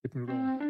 Et minut over.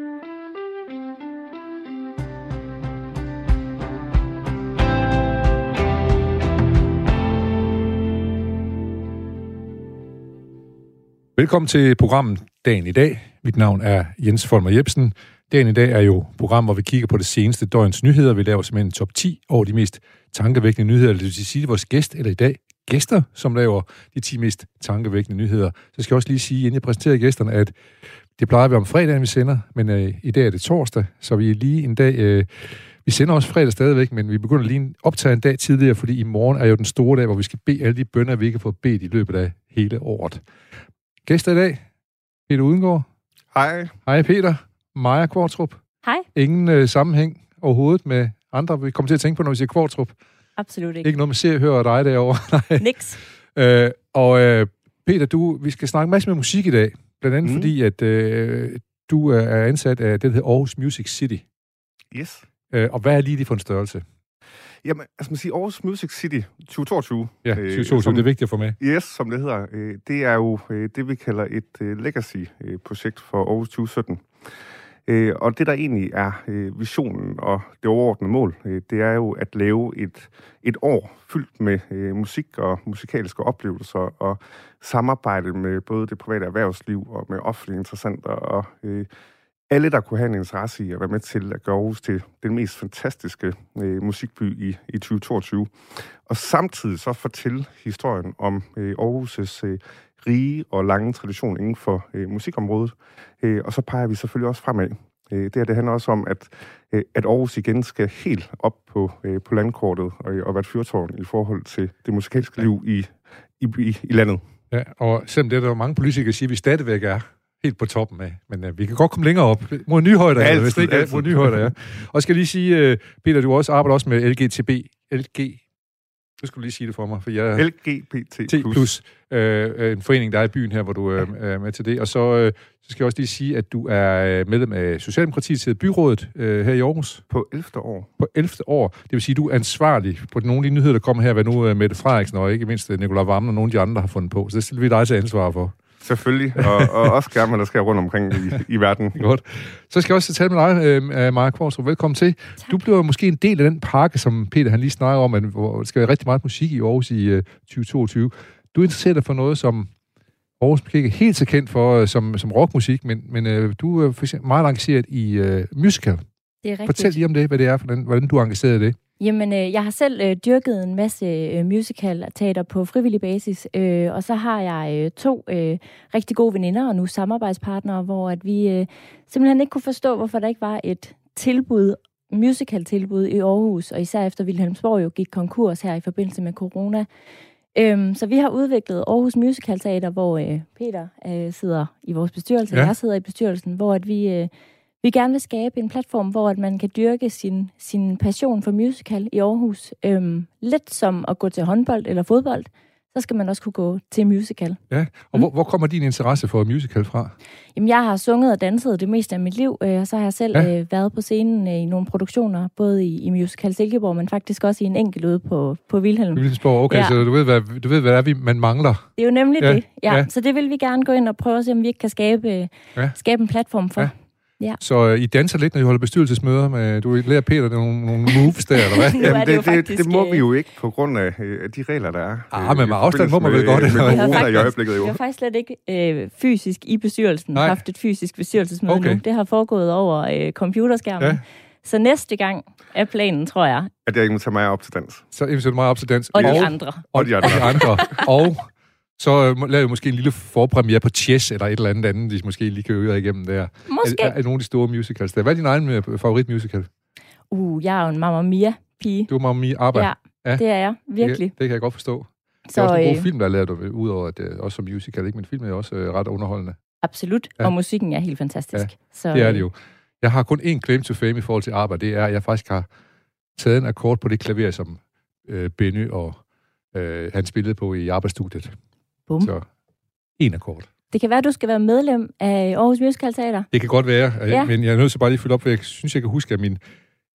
Velkommen til programmet Dagen i dag. Mit navn er Jens Folmer Jebsen. Dagen i dag er jo program, hvor vi kigger på det seneste døgns nyheder. Vi laver simpelthen en top 10 over de mest tankevækkende nyheder. Det vil sige, vores gæst, eller i dag gæster, som laver de 10 mest tankevækkende nyheder. Så skal jeg også lige sige, inden jeg præsenterer gæsterne, at det plejer vi om fredagen, vi sender, men i dag er det torsdag, så vi er lige en dag... Vi sender også fredag stadigvæk, men vi begynder lige optage en dag tidligere, fordi i morgen er jo den store dag, hvor vi skal bede alle de bønner, vi ikke har fået bedt i løbet af hele året. Gæster i dag, Peter Udengård. Hej. Hej Peter. Maja Kvartrup. Hej. Ingen sammenhæng overhovedet med andre, vi kommer til at tænke på, når vi siger Kvartrup. Absolut ikke. Ikke noget med se og høre og dig derovre. Niks. Peter, vi skal snakke en masse med musik i dag. Blandt andet fordi, at du er ansat af det, der hedder Aarhus Music City. Yes. Og hvad er lige det for en størrelse? Jamen, altså man siger Aarhus Music City 2022. Ja, 2022, det er vigtigt at få med. Yes, som det hedder. Det er jo det, vi kalder et legacy-projekt for Aarhus 2017. Og det, der egentlig er visionen og det overordnede mål, det er jo at lave et år fyldt med musik og musikalske oplevelser og samarbejde med både det private erhvervsliv og med offentlige interessenter og alle, der kunne have en interesse i at være med til at gøre Aarhus til den mest fantastiske musikby i 2022. Og samtidig så fortælle historien om Aarhus' rige og lange tradition inden for musikområdet. Og så peger vi selvfølgelig også fremad. Det handler også om, at Aarhus igen skal helt op på landkortet og være et fyrtårn i forhold til det musikalske liv i landet. Ja, og selvom det er der mange politikere siger, at vi stadigvæk er helt på toppen af, men vi kan godt komme længere op mod nye højder, hvis det ikke er mod nye højder, ja. Og skal lige sige, Peter, du arbejder også med nu skulle du lige sige det for mig, for jeg er LGBT+. En forening, der er i byen her, hvor du er med til det. Og så skal jeg også lige sige, at du er medlem af Socialdemokratiet til byrådet her i Aarhus. På 11. år. På 11. år. Det vil sige, at du er ansvarlig på nogle af de nyheder, der kommer her, hvad nu Mette Frederiksen og ikke mindst Nicolai Wammen og nogle af de andre har fundet på. Så det stiller vi dig til ansvar for. Selvfølgelig, og også gerne, der skal rundt omkring i verden. Godt. Så skal jeg også tale med dig, Maja Kvartrup. Velkommen til. Tak. Du bliver måske en del af den pakke, som Peter han lige snakker om, hvor der skal være rigtig meget musik i Aarhus i 2022. Du interesserer dig for noget, som Aarhus måske ikke er helt så kendt for som rockmusik, men du er meget engageret i musical. Det er rigtigt. Fortæl lige om det, hvad det er, hvordan du er engageret i det. Jamen, jeg har selv dyrket en masse musical-teater på frivillig basis, og så har jeg 2 rigtig gode veninder og nu samarbejdspartnere, hvor at vi simpelthen ikke kunne forstå, hvorfor der ikke var et musical-tilbud i Aarhus, og især efter Vilhelmsborg jo gik konkurs her i forbindelse med corona. Så vi har udviklet Aarhus Musical Teater, hvor Peter sidder i vores bestyrelse, og jeg sidder i bestyrelsen, hvor at vi gerne vil skabe en platform, hvor at man kan dyrke sin passion for musical i Aarhus. Lidt som at gå til håndbold eller fodbold, så skal man også kunne gå til musical. Ja, og hvor kommer din interesse for musical fra? Jamen, jeg har sunget og danset det meste af mit liv, og så har jeg selv været på scenen i nogle produktioner, både i Musical Silkeborg, men faktisk også i en enkelt ude på Vilhelm. Vilhelmsborg, okay, ja. Så du ved, hvad det er, man mangler. Det er jo nemlig det, ja. Så det vil vi gerne gå ind og prøve at se, om vi ikke kan skabe en platform for. Ja. Ja. Så I danser lidt, når I holder bestyrelsesmøder med... Du lærer Peter nogle moves der, eller hvad? Jamen, det må vi jo ikke på grund af de regler, der er. Men med afstand må man vel godt. Vi har faktisk slet ikke fysisk i bestyrelsen haft et fysisk bestyrelsesmøde nu. Det har foregået over computerskærmen. Ja. Så næste gang er planen, tror jeg. At jeg inviterer mig op til dans. Så inviterer mig op til dans. Og de andre. Og de andre. Og... Så laver vi måske en lille forpremiere på Chess, eller et eller andet, de måske lige kan øre igennem der. Måske. Er nogle af de store musicals der. Hvad er din egen favoritmusical? Jeg er jo en Mamma Mia-pige. Du er Mamma Mia ABBA? Ja, det er jeg. Virkelig. Det kan jeg godt forstå. Det er også en god film, der er lavet ud over, at også som musical, ikke? Men filmen er også ret underholdende. Absolut, og musikken er helt fantastisk. Ja, så, det er det jo. Jeg har kun én claim to fame i forhold til ABBA. Det er, at jeg faktisk har taget en akkord på det klaver, som Benny og han spillede på i ABBA-studiet. Bum. Så en akkord. Det kan være, at du skal være medlem af Aarhus Musical Teater. Det kan godt være, men jeg er nødt til bare lige at følge op, for jeg synes, jeg kan huske,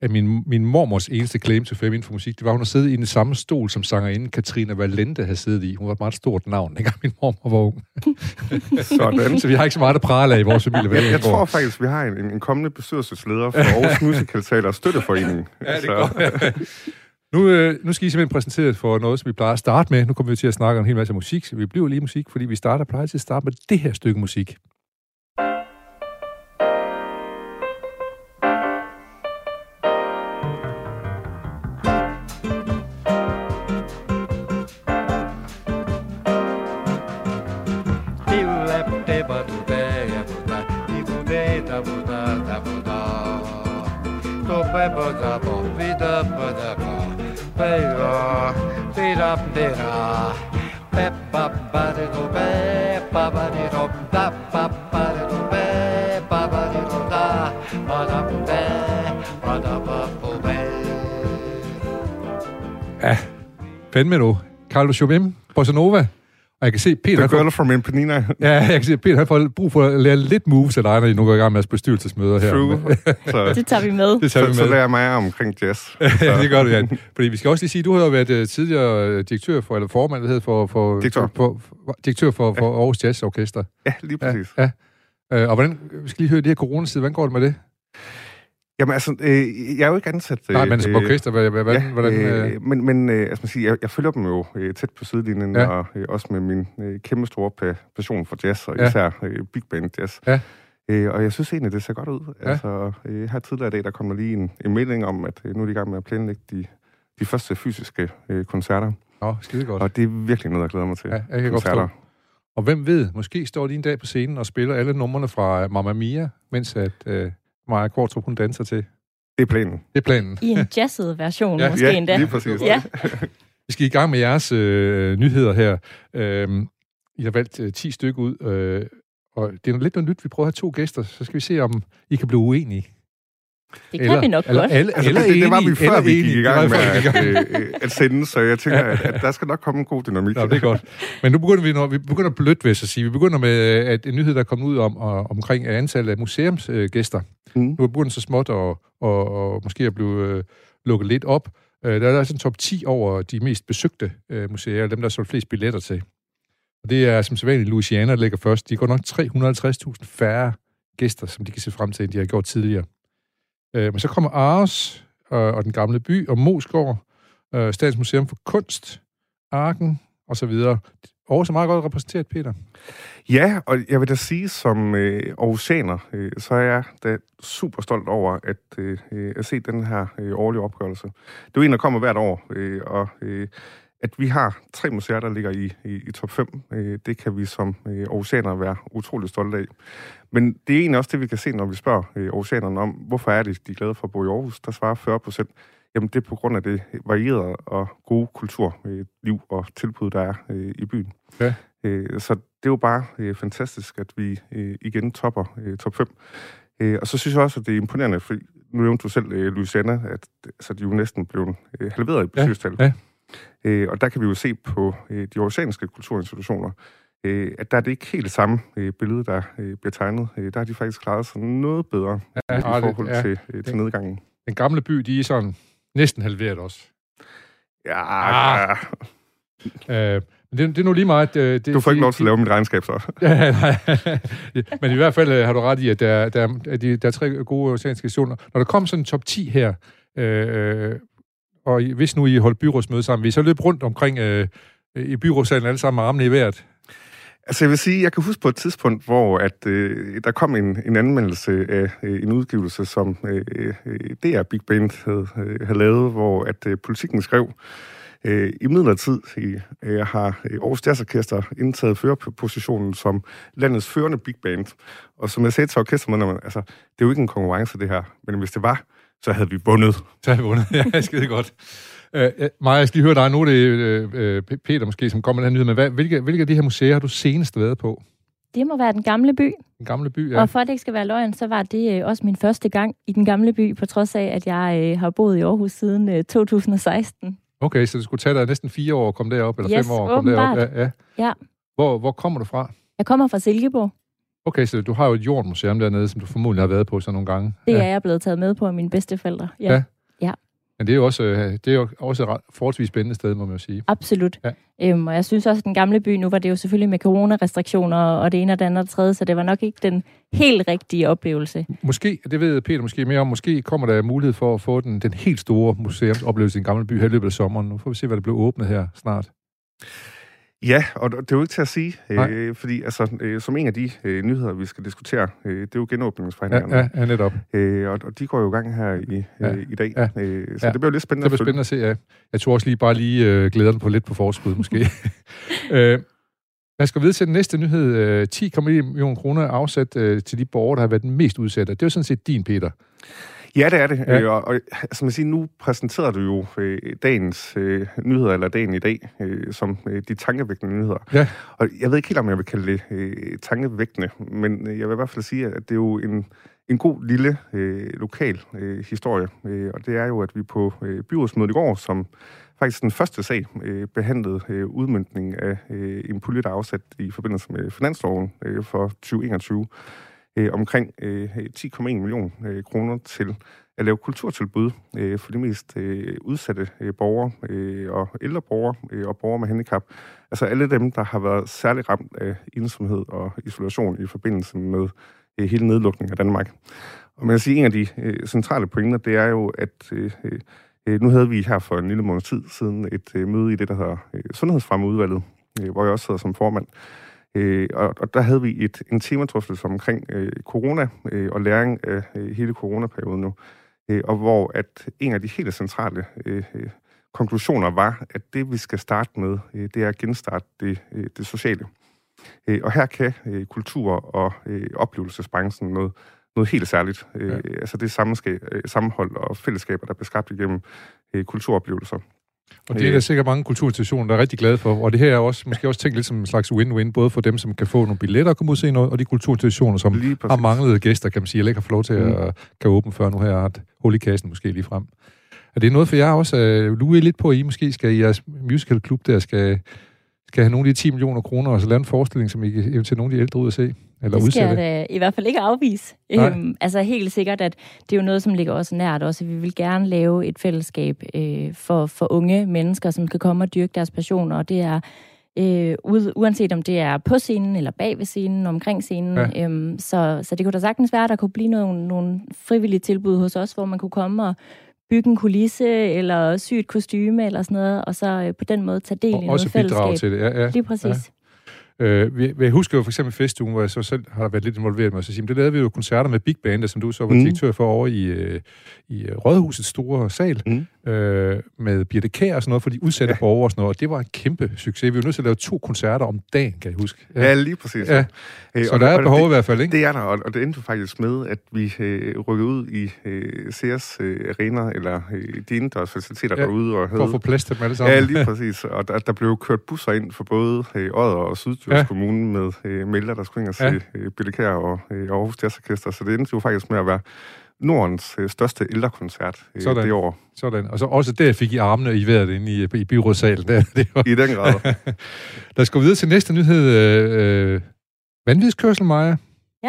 at min mormors eneste claim to fame inden for musik, det var, hun har siddet i den samme stol, som sangerinde Katrina Valente havde siddet i. Hun var et meget stort navn, dengang min mormor var ung. Sådan. Så vi har ikke så meget at prale af i vores familie. Jeg tror faktisk, vi har en kommende bestyrelsesleder for Aarhus Musical Teater og Støtteforeningen. Ja, det går. Nu skal I simpelthen præsentere for noget, som vi plejer at starte med. Nu kommer vi til at snakke om en hel masse musik, så vi bliver lige musik, fordi vi plejer til at starte med det her stykke musik. Ja, fandme nu. Carlos Jobim, Bossa Nova. Og jeg kan se, Peter... The girl from Impenina. Ja, jeg kan se, Peter har fået brug for at lære lidt moves af dig, når I nu går i gang med jeres bestyrelsesmøder her. True. Det tager vi med. Så lærer jeg mig omkring jazz. Ja, det gør du, Jan. Fordi vi skal også lige sige, du har jo været tidligere direktør for, eller formand, hvad hedder for... Direktør for Aarhus Jazz Orkester. Ja, lige præcis. Ja. Og hvordan, vi skal lige høre det her coronatid, hvordan går det med det? Jamen altså, jeg er jo ikke ansat... Nej, men som orkester, hvordan... Men altså man siger, jeg følger dem jo tæt på sidelinjen, og også med min kæmpe store passion for jazz, og især big band jazz. Ja. Og jeg synes egentlig, det ser godt ud. Ja. Altså, her tidligere i dag, der kom der lige en melding om, at nu er de i gang med at planlægge de første fysiske koncerter. Skide godt. Og det er virkelig noget, jeg glæder mig til. Ja, jeg kan koncerter. Godt forstå. Og hvem ved, måske står de en dag på scenen og spiller alle numrene fra Mamma Mia, mens at... Maja Kvartrup, hun danser til. Det er planen. Det er planen. I en jazzet version, måske endda. Ja, lige præcis. Ja. Vi skal i gang med jeres nyheder her. I har valgt 10 stykker ud, og det er lidt noget nyt. Vi prøver at have 2 gæster, så skal vi se, om I kan blive uenige. Det kan vi nok godt. Det var vi før, vi gik i gang med at sende, så jeg tænker, at der skal nok komme en god dynamik. Ja, det er godt. Men nu begynder vi begynder blødt, vil jeg så sige. Vi begynder med at en nyhed, der er kommet ud omkring antallet af museumsgæster. Nu er begyndt så småt og måske at blive lukket lidt op. Der er altså en top 10 over de mest besøgte museer, dem der er solgt flest billetter til. Og det er som sædvanligt Louisiana, der ligger først. De går nok 350.000 færre gæster, som de kan se frem til, end de har gjort tidligere. Men så kommer Aarhus og Den Gamle By og Moesgaard, Statens Museum for Kunst, Arken og så videre. Aarhus er meget godt repræsenteret, Peter. Ja, og jeg vil da sige, som aarhusianer, så er jeg da super stolt over at se den her årlige opgørelse. Det er jo en, der kommer hvert år, og at vi har 3 museer, der ligger i top 5, det kan vi som aarhusianere være utrolig stolte af. Men det er egentlig også det, vi kan se, når vi spørger aarhusianerne om, hvorfor er det, de er glade for at bo i Aarhus. Der svarer 40%. Jamen, det er på grund af det varierede og gode kulturliv og tilbud, der er i byen. Ja. Så det er jo bare fantastisk, at vi igen topper top 5. Og så synes jeg også, at det er imponerende, fordi nu nævnte du selv Louisiana, at så de jo næsten blev halveret i besøgstal. Ja. Og der kan vi jo se på de aarhusianske kulturinstitutioner, at der er det ikke helt samme billede, der bliver tegnet. Der har de faktisk klaret sig noget bedre i forhold til nedgangen. Den Gamle By, de er sådan næsten halveret også. Ja. Men det er nu lige meget... du får ikke lov til at lave mit regnskab, så. Men i hvert fald har du ret i, at der er 3 gode oceanske institutioner. Når der kommer sådan en top 10 her, og hvis nu I holdt byrådsmøde sammen, vi så løb rundt omkring i byrådssalen alle sammen med armene i vejret. Altså jeg vil sige, jeg kan huske på et tidspunkt, hvor at, der kom en anmeldelse af en udgivelse, som DR Big Band havde lavet, hvor at Politikken skrev, i midlertid har Aarhus Jazz Orkester indtaget førerpositionen som landets førende big band. Og som jeg sagde til orkestermedlemmerne, altså, det er jo ikke en konkurrence, det her. Men hvis det var, så havde vi vundet. Ja, skide godt. Maja, jeg skal lige høre dig. Nu er det Peter måske, som kommer med den her nyhed. Men hvilke af de her museer har du senest været på? Det må være Den Gamle By. Den Gamle By, ja. Og for at det ikke skal være løgn, så var det også min første gang i Den Gamle By, på trods af, at jeg har boet i Aarhus siden 2016. Okay, så det skulle tage dig næsten 4 år at komme derop, eller 5 år at komme derop? Ja. Hvor kommer du fra? Jeg kommer fra Silkeborg. Okay, så du har jo et jordmuseum dernede, som du formodentlig har været på så nogle gange. Det er jeg blevet taget med på af mine bedsteforældre, ja. Ja. Men det er jo også et forholdsvis spændende sted, må man jo sige. Absolut. Ja. Og jeg synes også, at den gamle by, nu var det jo selvfølgelig med coronarestriktioner og det ene og det andet og det tredje, så det var nok ikke den helt rigtige oplevelse. Måske, det ved Peter måske mere om, måske kommer der mulighed for at få den helt store museumsoplevelse i den gamle by her i løbet af sommeren. Nu får vi se, hvad der bliver åbnet her snart. Ja, og det er jo ikke til at sige, fordi som en af de nyheder, vi skal diskutere, det er jo genåbningsforhandlingerne. Ja, netop. Og de går jo i gang her i dag. Ja. Så det bliver jo lidt spændende. Det bliver spændende at se, ja. Jeg tror også lige glæder den på lidt på forskud, måske. Man skal videre til den næste nyhed. 10,1 millioner kroner afsat til de borgere, der har været den mest udsatte. Det er jo sådan set din, Peter. Ja, det er det. Ja. Og som jeg siger, nu præsenterer du jo dagens nyheder, eller dagen i dag, som de tankevækkende nyheder. Ja. Og jeg ved ikke helt, om jeg vil kalde det tankevækkende, men jeg vil i hvert fald sige, at det er jo en god lille lokal historie. Og det er jo, at vi på byrådsmødet i går, som faktisk den første sag, behandlede udmøntning af en pulje, der er afsat i forbindelse med finansloven for 2021, omkring 10,1 millioner kroner til at lave kulturtilbud for de mest udsatte borgere og ældre borgere og borgere med handicap. Altså alle dem, der har været særligt ramt af ensomhed og isolation i forbindelse med hele nedlukningen af Danmark. Og man kan sige, en af de centrale pointer, det er jo, at nu havde vi her for en lille måneds tid siden et møde i det, der hedder Sundhedsfremmeudvalget, hvor jeg også sidder som formand. Og der havde vi en temadrøftelse omkring corona og læring af hele coronaperioden nu. Og hvor at en af de helt centrale konklusioner var, at det vi skal starte med, det er at genstarte det sociale. Og her kan kultur- og oplevelsesbranchen noget helt særligt. Altså det sammenhold og fællesskaber, der bliver skabt igennem kulturoplevelser. Og det er der sikkert mange kulturinstitutioner, der er rigtig glade for. Og det her er også måske også tænkt lidt som en slags win-win, både for dem, som kan få nogle billetter og komme ud og se noget, og de kulturinstitutioner, som har manglet gæster, kan man sige, eller ikke har fået lov til at kan åbne før nu her, et hul i kassen måske lige frem. Er det noget for jer også? Lurer I lidt på, at I måske skal i jeres musicalklub der, skal have nogle af de 10 millioner kroner, og så lave en forestilling, som I kan eventuelt nogle af de ældre ud at se? Eller det skal udsætte? jeg da i hvert fald ikke afvise. Altså helt sikkert, at det er jo noget, som ligger også nært også. Vi vil gerne lave et fællesskab for unge mennesker, som kan komme og dyrke deres passioner, og det er uanset om det er på scenen, eller bag ved scenen, omkring scenen. Ja. Så det kunne da sagtens være, at der kunne blive nogle frivillige tilbud hos os, hvor man kunne komme og bygge en kulisse, eller sy et kostyme, eller sådan noget, og så på den måde tage del i noget fællesskab. Også bidrage til det, ja. Lige præcis. Ja. Vi husker jo for eksempel festugen, hvor jeg så selv har været lidt involveret med at sige, det lavede vi jo koncerter med Big Band, som du så var direktør for over i Rådhusets store sal, med Birte Kjær og sådan noget for de udsatte borgere og sådan noget, og det var en kæmpe succes. Vi var nødt til at lave 2 koncerter om dagen, kan jeg huske. Ja, lige præcis. Ja. Så der er et behov i hvert fald, ikke? Det er der, og det endte faktisk med, at vi rykkede ud i Sears Arena, eller de indendørs faciliteter derude. Og for at få plads til dem alle sammen. Ja, lige præcis. Og der blev kørt busser ind for både Odder og Syddjurs Kommune med melder, der skulle ind og se Birte Kjær og Aarhus Jazzorkester. Så det endte jo faktisk med at være Nordens største ældrekoncert det år. Sådan. Og så også der fik I armene i vejret inde i byrådssalen. Det var... I den grad. Der skal videre til næste nyhed. Vanvidskørsel, Maja. Ja.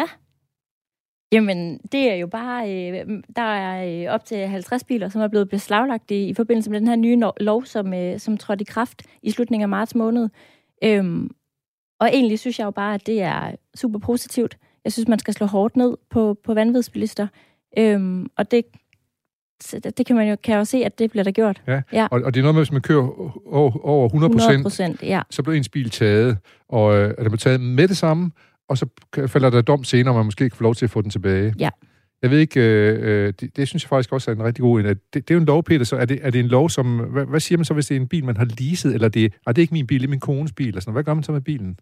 Jamen, det er jo bare... der er op til 50 biler, som er blevet beslaglagt i forbindelse med den her nye lov, som trådte i kraft i slutningen af marts måned. Og egentlig synes jeg jo bare, at det er super positivt. Jeg synes, man skal slå hårdt ned på vanvidsbilister. Og det kan man jo se, at det bliver der gjort. Ja. Og det er noget med, hvis man kører over 100%, ja. Så bliver ens bil taget, og er det blevet taget med det samme, og så falder der dom senere, og man måske ikke får lov til at få den tilbage. Ja. Jeg ved ikke, det synes jeg faktisk også er en rigtig god en. Det er jo en lov, Peter, så er det en lov, som... Hvad siger man så, hvis det er en bil, man har leaset, eller det er ikke min bil, det er min kones bil, eller sådan noget. Hvad gør man så med bilen?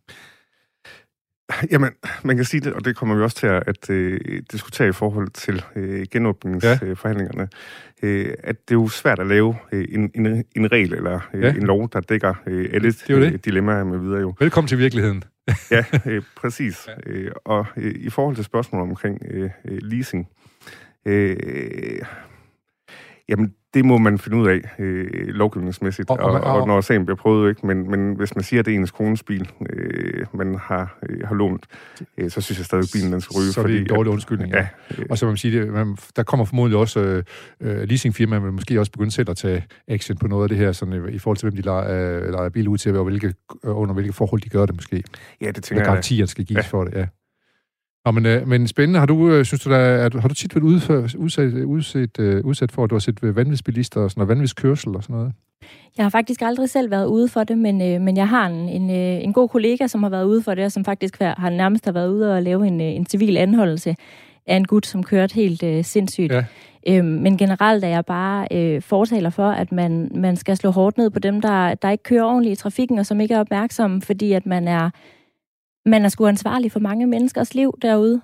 Jamen, man kan sige det, og det kommer vi også til at diskutere i forhold til genåbningsforhandlingerne, at det er jo svært at lave en regel eller en lov, der dækker alle dilemmaer med videre jo. Velkommen til virkeligheden. Ja, præcis. Og i forhold til spørgsmålet omkring leasing, Jamen, det må man finde ud af lovgivningsmæssigt, og når sagen bliver prøvet, ikke? Men hvis man siger, at det er ens kones bil, man har lånt, så synes jeg stadig, at bilen den skal ryge. Så er det en dårlig undskyldning, ja. Og så vil man sige, der kommer formodentlig også leasingfirmaer, vil måske også begynde selv at tage action på noget af det her, sådan, i forhold til, hvem de lejer bil ud til, og under hvilke forhold de gør det måske. Ja, det tænker jeg. Garantier skal gives for det, ja. Nå, men spændende. Har du tit været udsat for, at du har set vanvidsbilister og sådan noget, vanvidskørsel og sådan noget? Jeg har faktisk aldrig selv været ude for det, men jeg har en god kollega, som har været ude for det, og som faktisk har nærmest været ude og lave en civil anholdelse af en gut, som kørte helt sindssygt. Ja. Men generelt er jeg bare fortaler for, at man skal slå hårdt ned på dem, der ikke kører ordentligt i trafikken, og som ikke er opmærksomme, fordi at man er sgu ansvarlig for mange menneskers liv derude.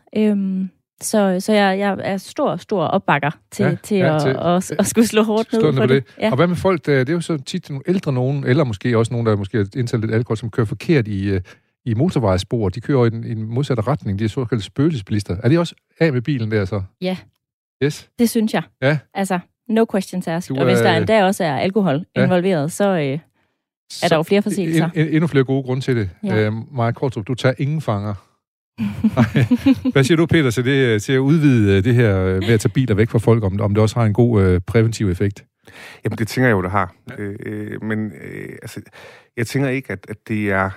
Så jeg er stor opbakker til at skulle slå hårdt ned på det. Ja. Og hvad med folk, det er jo så tit nogle ældre nogen, eller måske også nogen, der måske har indtaget lidt alkohol, som kører forkert i motorvejsspor. De kører i en modsatte retning. De er såkaldte spøgelsesbilister. Er de også af med bilen der så? Ja. Yes. Det synes jeg. Ja. Altså, no questions asked. Og hvis der endda også er alkohol involveret, så er der jo flere forseelser. Endnu flere gode grunde til det. Ja. Maja Kvartrup, du tager ingen fanger. Hvad siger du, Peter, til at udvide det her med at tage biler væk fra folk, om det også har en god præventiv effekt? Jamen, det tænker jeg jo, det har. Men jeg tænker ikke, at det er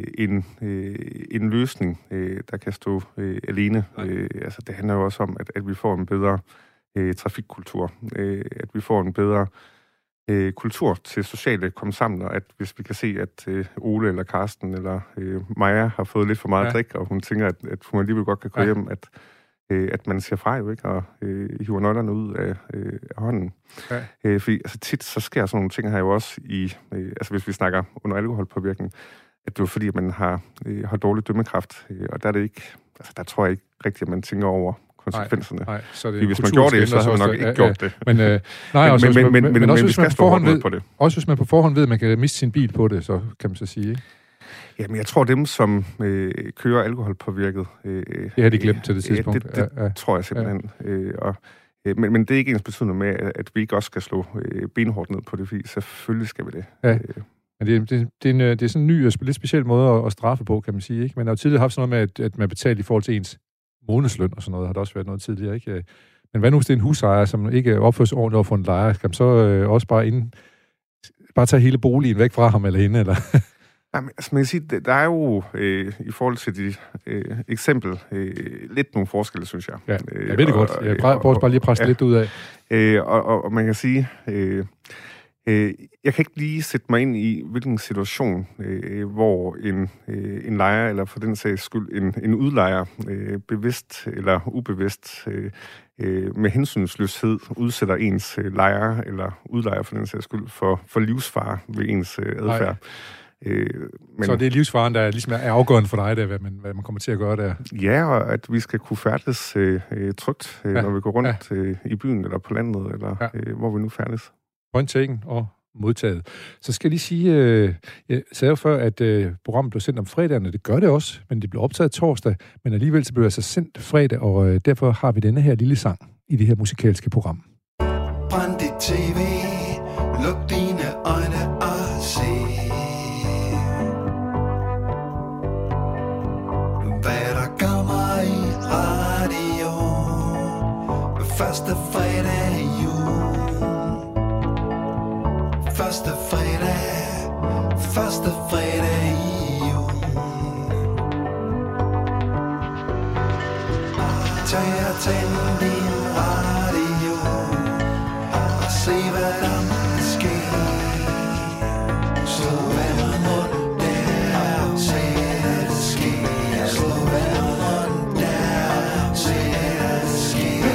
en løsning, der kan stå alene. Det handler jo også om, at vi får en bedre trafikkultur. At vi får en bedre kultur til sociale komme sammen, og at hvis vi kan se, at Ole eller Karsten eller Maja har fået lidt for meget drik, og hun tænker, at hun alligevel godt kan gå hjem, at man siger fra jo, ikke, og hiver nøglerne ud af hånden. Ja. Fordi tit så sker sådan nogle ting her jo også hvis vi snakker under alkoholpåvirkning, at det er fordi, at man har dårlig dømmekraft, og der er det ikke, der tror jeg ikke rigtigt, at man tænker over konsekvenserne. Nej, så det hvis man gjorde det, så havde man nok ikke gjort det. Men også hvis man på forhånd ved, på det. Også hvis man på forhånd ved, at man kan miste sin bil på det, så kan man så sige, ikke? Jamen, jeg tror, dem, som kører alkoholpåvirket... det har de glemt til det tidspunkt. Det tror jeg simpelthen. Men det er ikke ens betydende med, at vi ikke også skal slå benhårdt ned på det, fordi selvfølgelig skal vi det. Ja. Men det er sådan en ny og lidt speciel måde at straffe på, kan man sige, ikke? Men der har jo tidligere haft sådan noget med, at man betaler i forhold til ens månedsløn og sådan noget, har der også været noget tidligere, ikke? Men hvad nu, hvis det er en husejer, som ikke opfører sig ordentligt over for en lejer, kan man så også bare tage hele boligen væk fra ham eller hende, eller... Jamen, man kan sige, der er jo i forhold til de eksempel lidt nogle forskelle, synes jeg. Ja, jeg ved det godt. Jeg prøver bare lige at presse lidt ud af. Og man kan sige, jeg kan ikke lige sætte mig ind i, hvilken situation, hvor en lejer, eller for den sags skyld en udlejer, bevidst eller ubevidst, med hensynsløshed udsætter ens lejer, eller udlejer for den sags skyld, for livsfare ved ens adfærd. Men, så det er livsfaren, der ligesom er afgørende for dig, der, hvad man kommer til at gøre der? Ja, og at vi skal kunne færdes trygt, når vi går rundt i byen, eller på landet, eller hvor vi nu færdes. Point taken og modtaget. Så skal jeg lige sige, jeg sagde jo før, at programmet blev sendt om fredagen, og det gør det også, men det blev optaget torsdag, men alligevel så blev det så sendt fredag, og derfor har vi denne her lille sang i det her musikalske program. Brænd dit tv, luk dine øjne og se. Første fredag i jul. Første fredag i jul. Tænd din radio og se hvad der sker. Slå vandet rundt der, se det sker. Slå vandet rundt der, se det sker.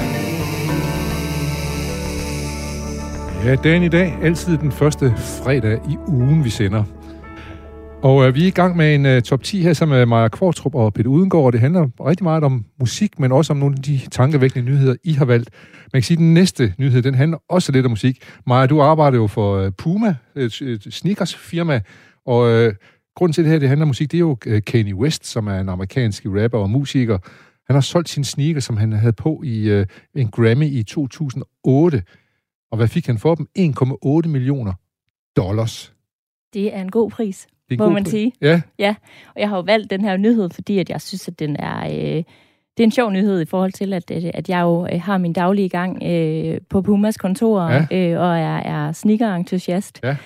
Ja, dagen i dag, altid den første fredag i ugen, vi sender. Og vi er i gang med en top 10 her sammen med Maja Kvartrup og Peter Udengård. Det handler rigtig meget om musik, men også om nogle af de tankevækkende nyheder, I har valgt. Man kan sige, at den næste nyhed, den handler også lidt om musik. Maja, du arbejder jo for Puma, et sneakersfirma, og grunden til det her, det handler om musik, det er jo Kanye West, som er en amerikansk rapper og musiker. Han har solgt sine sneakers, som han havde på i en Grammy i 2008. Og hvad fik han for dem? 1,8 millioner dollars. Det er en god pris, Det er en må god man pris. sige. Ja, Og jeg har jo valgt den her nyhed, fordi at jeg synes, at den er... det er en sjov nyhed i forhold til, at jeg jo har min daglige gang på Pumas kontor, og er sneaker-entusiast. Ja.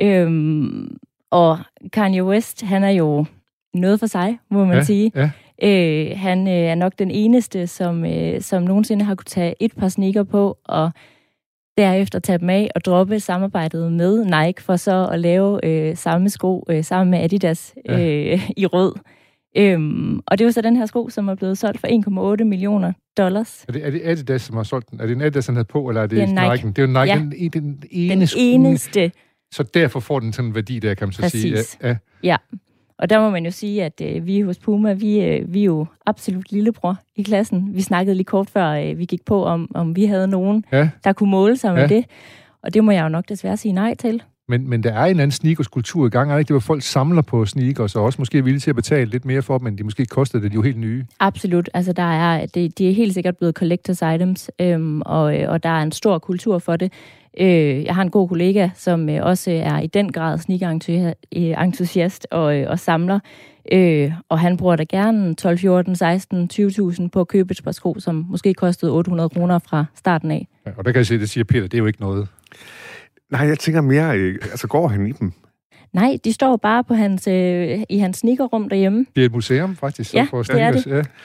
Og Kanye West, han er jo noget for sig, må man sige. Ja. Han er nok den eneste, som nogensinde har kunne tage et par sneaker på, og derefter tage dem af og droppe samarbejdet med Nike, for så at lave samme sko sammen med Adidas i rød. Og det er jo så den her sko, som er blevet solgt for 1,8 millioner dollars. Er det Adidas, som har solgt den? Er det en Adidas, han havde på, eller er det Nike? Nike? Det er jo Nike, Ja. den ene sko. Eneste. Så derfor får den sådan en værdi der, kan man så Præcis. sige. Ja. Og der må man jo sige, at vi hos Puma, vi er jo absolut lillebror i klassen. Vi snakkede lige kort før, vi gik på, om vi havde nogen, der kunne måle sig med det. Og det må jeg jo nok desværre sige nej til. Men der er en anden sneakerskultur i gang, er det ikke? Det var folk samler på sneakers, og også måske er villige til at betale lidt mere for dem, end de måske kostede, da de er jo helt nye. Absolut. Altså, de er helt sikkert blevet collectors items, og der er en stor kultur for det. Jeg har en god kollega, som også er i den grad sneaker-entusiast og samler. Og han bruger da gerne 12, 14, 16, 20.000 på at købe et par sko, som måske kostede 800 kroner fra starten af. Ja, og der kan jeg se, det siger Peter, det er jo ikke noget. Nej, jeg tænker mere, går han i dem? Nej, de står bare på i hans sneakerrum derhjemme. Det er et museum, faktisk. Ja, for det er det. Ja.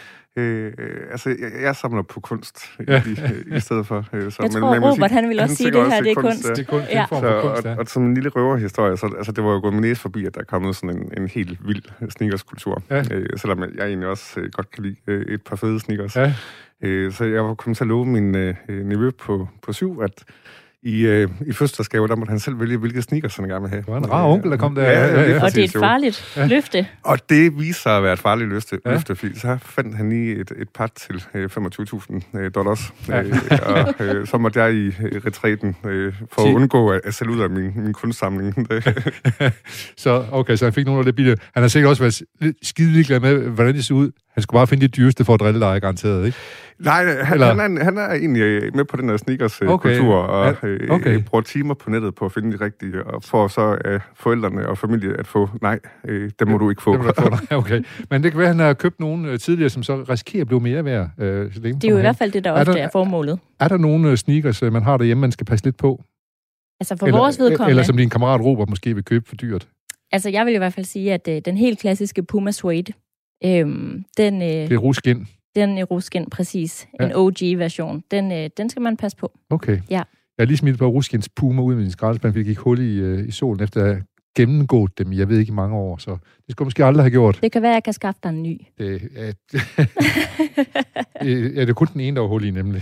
Jeg samler på kunst i stedet for. Jeg tror, Robert, han vil også sige, det her, det er kunst. Det er kun en form for kunst, og som en lille røverhistorie, så det var jo gået med næse forbi, at der er kommet sådan en helt vild sneakerskultur. Ja. Selvom jeg egentlig også godt kan lide et par fede sneakers. Ja. Så jeg var kommet til at love min nevø på 7, at i fødselsdagsgave, der måtte han selv vælge, hvilke sneakers han gerne vil have. Det var en rar onkel, der kom der. Ja. Og det er et farligt løfte. Og det viser sig at være et farligt løfte, fordi så fandt han lige et par til $25,000. Og så måtte jeg i retræten for at undgå at sælge ud af min kunstsamling. Så han fik nogle af det billige. Han har sikkert også været skide ligeglad med, hvordan det ser ud. Han skulle bare finde det dyreste for at drille dig, garanteret, ikke? Nej, han er egentlig med på den her sneakers-kultur, og bruger timer på nettet på at finde de rigtige, og for så forældrene og familie at få, dem må du ikke få. Okay. Men det kan være, at han har købt nogen tidligere, som så risikerer at blive mere værd. Det er jo i hvert fald det, der ofte er formålet. Er der nogle sneakers, man har derhjemme, man skal passe lidt på? Altså for vores vedkommende. Eller som din kammerat Robert måske vil købe for dyrt? Altså jeg vil i hvert fald sige, at den helt klassiske Puma Suede, den... Det er ruskin. Den er ruskin, præcis. En OG-version. Den skal man passe på. Okay. Ja. Jeg har lige smidt et par ruskins Puma ud med min skraldespand, fordi jeg gik hul i solen, efter at have gennemgået dem, jeg ved ikke, i mange år, så det skulle jeg måske aldrig have gjort. Det kan være, at jeg kan skaffe dig en ny. Det er kun den ene, der var hul i, nemlig.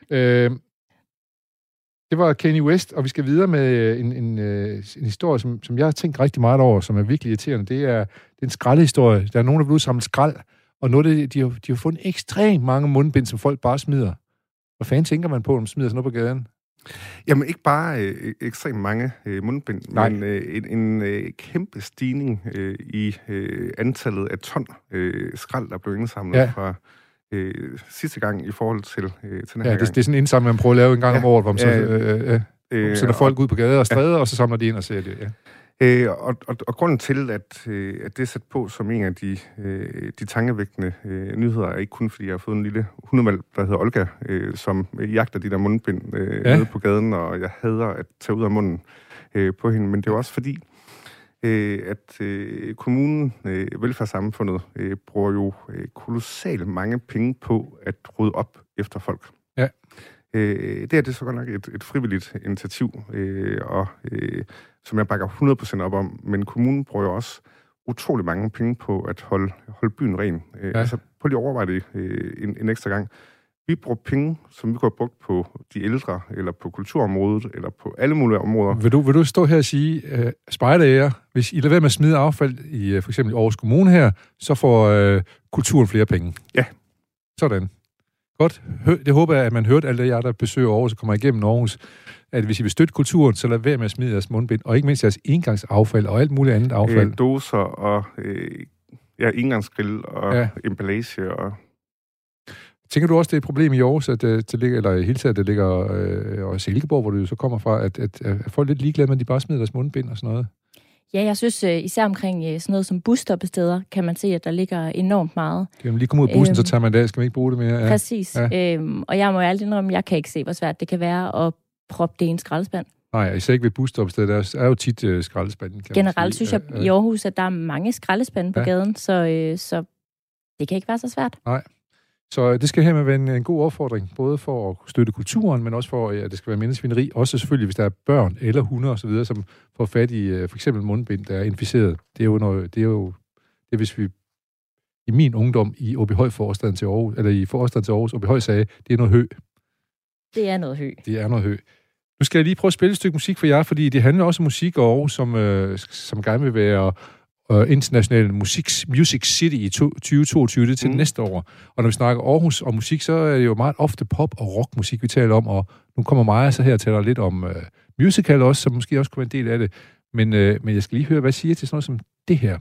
Det var Kanye West, og vi skal videre med en historie, som jeg har tænkt rigtig meget over, som er virkelig irriterende. Det er en skraldehistorie. Der er nogen, der vil udsamle skrald, og nu de har fundet ekstremt mange mundbind, som folk bare smider. Hvad fanden tænker man på, når man smider sådan noget på gaden? Jamen ikke bare ekstremt mange mundbind, men en kæmpe stigning i antallet af ton skrald, der blev indsamlet fra sidste gang i forhold til den her gang. Det er sådan en indsamling, man prøver at lave en gang om året, hvor man så sender folk ud på gader og stræder, og så samler de ind og ser det. Ja. Og grunden til, at det er sat på som en af de tankevækkende nyheder, er ikke kun, fordi jeg har fået en lille hundevalg, der hedder Olga, som jagter de der mundbind nede på gaden, og jeg hader at tage ud af munden på hende, men det er også fordi, at kommunen, velfærdssamfundet, bruger jo kolossalt mange penge på at rydde op efter folk. Ja. Det er så godt nok et frivilligt initiativ, og som jeg bakker 100% op om, men kommunen bruger jo også utrolig mange penge på at holde byen ren. Altså, prøv lige at overveje det en ekstra gang. Vi bruger penge, som vi kunne have brugt på de ældre, eller på kulturområdet, eller på alle mulige områder. Vil du stå her og sige, spejderæger, hvis I lader være med at smide affald i for eksempel Aarhus Kommune her, så får kulturen flere penge? Ja. Sådan. Godt. Det håber jeg, at man hørte alle jer, der besøger Aarhus og kommer igennem Aarhus, at hvis I vil støtte kulturen, så lad være med at smide jeres mundbind, og ikke mindst jeres engangsaffald og alt muligt andet affald. Doser og engangsgrill og emballage og... Tænker du også, det er et problem i Aarhus, at det ligger, eller i hele taget, det ligger og Silkeborg, hvor du så kommer fra, at folk er lidt ligeglade med, at de bare smider deres mundbind og sådan noget? Ja, jeg synes især omkring sådan noget som busstoppesteder, kan man se, at der ligger enormt meget. Kan man lige komme ud af bussen, så tager man det af. Skal man ikke bruge det mere? Ja. Præcis. Ja. Og jeg må ærligt indrømme, jeg kan ikke se, hvor svært det kan være at proppe det i en skraldespand. Nej, især ikke ved busstoppesteder. Der er jo tit skraldespanden. Generelt synes jeg i Aarhus, at der er mange skraldespande på gaden, så det kan ikke være så svært. Nej. Så det skal her med være en god opfordring, både for at støtte kulturen, men også for, at det skal være mindre svineri. Også selvfølgelig, hvis der er børn eller hunde osv., som får fat i for eksempel mundbind, der er inficeret. Det er jo noget, det er hvis vi i min ungdom i Åbyhøj forstaden til Aarhus, eller i forstaden til Aarhus, Åbyhøj sagde, det er noget hø. Det er noget hø. Det er noget hø. Nu skal jeg lige prøve at spille et stykke musik for jer, fordi det handler også om musik og Aarhus, som gerne vil være International Music City i 2022, det er til næste år. Og når vi snakker Aarhus og musik, så er det jo meget ofte pop- og rockmusik, vi taler om, og nu kommer Maja så her og taler lidt om musical også, som måske også kunne være en del af det. Men jeg skal lige høre, hvad siger til sådan noget som det her.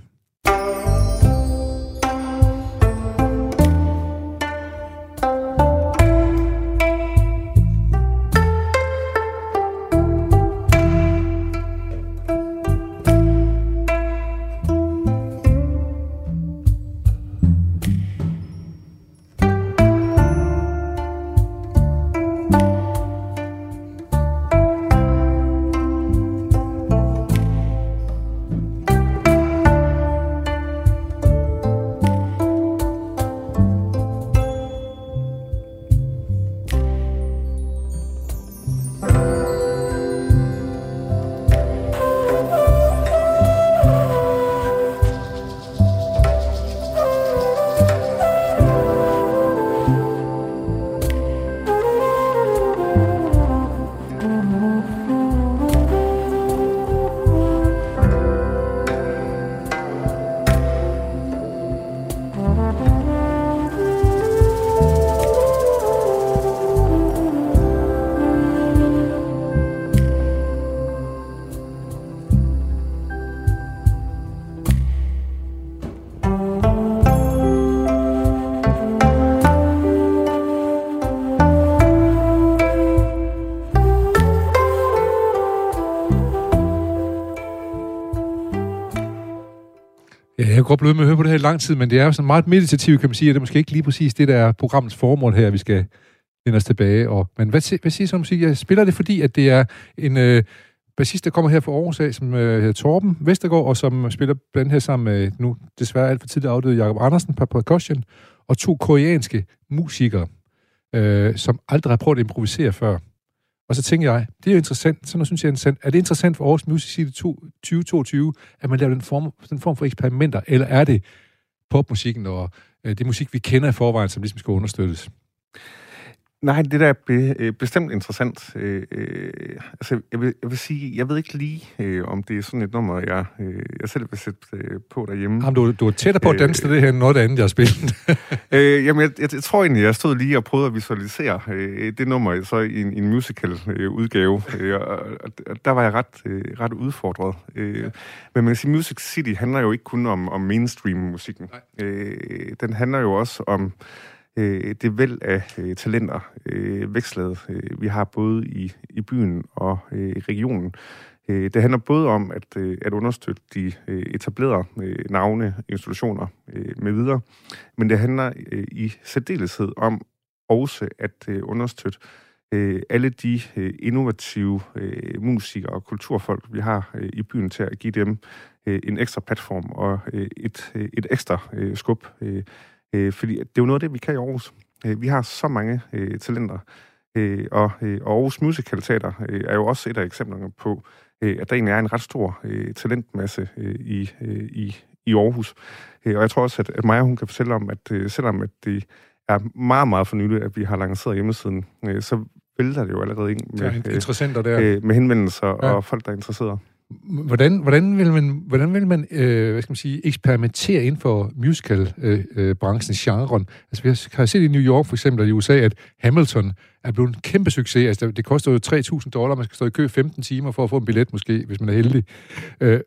Jeg kunne godt blive med at høre på det her i lang tid, men det er jo sådan meget meditativt, kan man sige, og det er måske ikke lige præcis det, der er programmets formål her, vi skal vende os tilbage. Men hvad siger så musik? Jeg spiller det, fordi at det er en bassist, der kommer her fra Aarhus af, som hedder Torben Vestergaard, og som spiller blandt her sammen med nu desværre alt for tidligt afdøde Jakob Andersen på percussion, og 2 koreanske musikere, som aldrig har prøvet at improvisere før. Og så tænker jeg, det er jo interessant, sådan noget synes jeg er interessant. Er det interessant for Aarhus Music City 2022, at man laver den form for eksperimenter, eller er det popmusikken og det musik, vi kender i forvejen, som ligesom skal understøttes? Nej, det der er bestemt interessant. Altså, jeg vil sige, jeg ved ikke lige, om det er sådan et nummer, jeg selv vil sætte på derhjemme. Jamen, du er tættere på at danse det her, end noget andet, jeg har spillet. Jamen, jeg tror egentlig, jeg stod lige og prøvede at visualisere det nummer så i en musical-udgave, og der var jeg ret udfordret. Men man kan sige, Music City handler jo ikke kun om mainstream-musikken. Den handler jo også om det væld af talenter, vækslaget, vi har både i byen og i regionen. Det handler både om at understøtte de etablerede navne, institutioner med videre, men det handler i særdeleshed om også at understøtte alle de innovative musikere og kulturfolk, vi har i byen, til at give dem en ekstra platform og et ekstra skub. Fordi det er jo noget af det, vi kan i Aarhus. Vi har så mange talenter, og Aarhus Musical Teater er jo også et af eksemplerne på, at der egentlig er en ret stor talentmasse i Aarhus. Og jeg tror også, at Maja, hun kan fortælle om, at selvom at det er meget, meget for nyligt, at vi har lanceret hjemmesiden, så vælter det jo allerede ind med henvendelser og folk, der er interesserede. Hvordan vil man hvad skal man sige, eksperimentere inden for musical-branchen, genren? Altså, vi har set i New York for eksempel, og i USA, at Hamilton er blevet en kæmpe succes. Altså, det koster jo $3,000, man skal stå i kø 15 timer for at få en billet, måske, hvis man er heldig.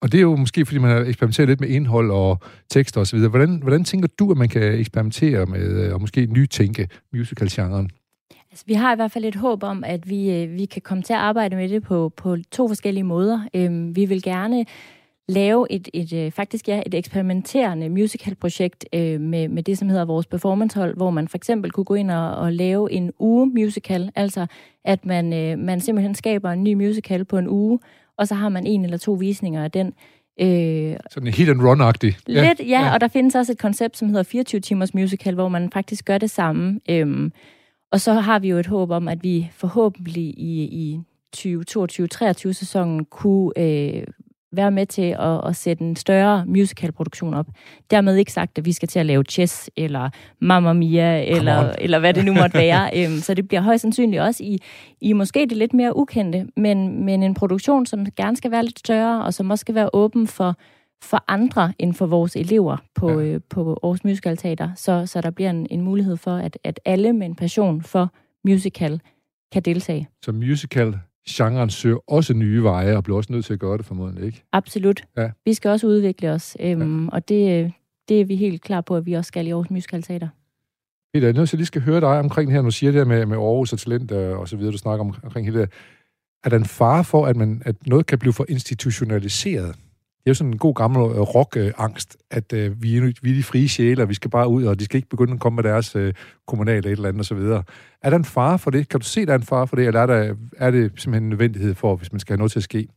Og det er jo måske, fordi man har eksperimenteret lidt med indhold og tekster osv. Hvordan tænker du, at man kan eksperimentere med og måske nytænke musical-genren? Altså, vi har i hvert fald et håb om, at vi kan komme til at arbejde med det på 2 forskellige måder. Vi vil gerne lave et eksperimenterende musicalprojekt med det, som hedder vores performancehold, hvor man for eksempel kunne gå ind og lave en uge musical, altså at man simpelthen skaber en ny musical på en uge, og så har man 1 eller 2 visninger af den. Sådan en hit and run-agtig. Lidt, ja, og der findes også et koncept, som hedder 24 timers musical, hvor man faktisk gør det samme. Og så har vi jo et håb om, at vi forhåbentlig i 2022-23 sæsonen kunne være med til at sætte en større musicalproduktion op. Dermed ikke sagt, at vi skal til at lave Chess, eller Mamma Mia, eller hvad det nu måtte være. Så det bliver højst sandsynligt også i måske det lidt mere ukendte, men en produktion, som gerne skal være lidt større, og som også skal være åben for andre end for vores elever på Aarhus Musical Teater. Så der bliver en mulighed for, at alle med en passion for musical kan deltage. Så musical-genren søger også nye veje, og bliver også nødt til at gøre det formodentlig, ikke? Absolut. Ja. Vi skal også udvikle os, og det er vi helt klar på, at vi også skal i Aarhus Musical Teater. Peter, jeg lige skal høre dig omkring det her, når du siger det her med Aarhus og talent og så videre, du snakker omkring hele det. Er der en fare for, at noget kan blive for institutionaliseret? Det er jo sådan en god gammel rock-angst, at vi er de frie sjæle, og vi skal bare ud, og de skal ikke begynde at komme med deres kommunale et eller andet osv. Er der en fare for det? Kan du se, at der er en fare for det, eller er det simpelthen en nødvendighed for, hvis man skal have noget til at ske?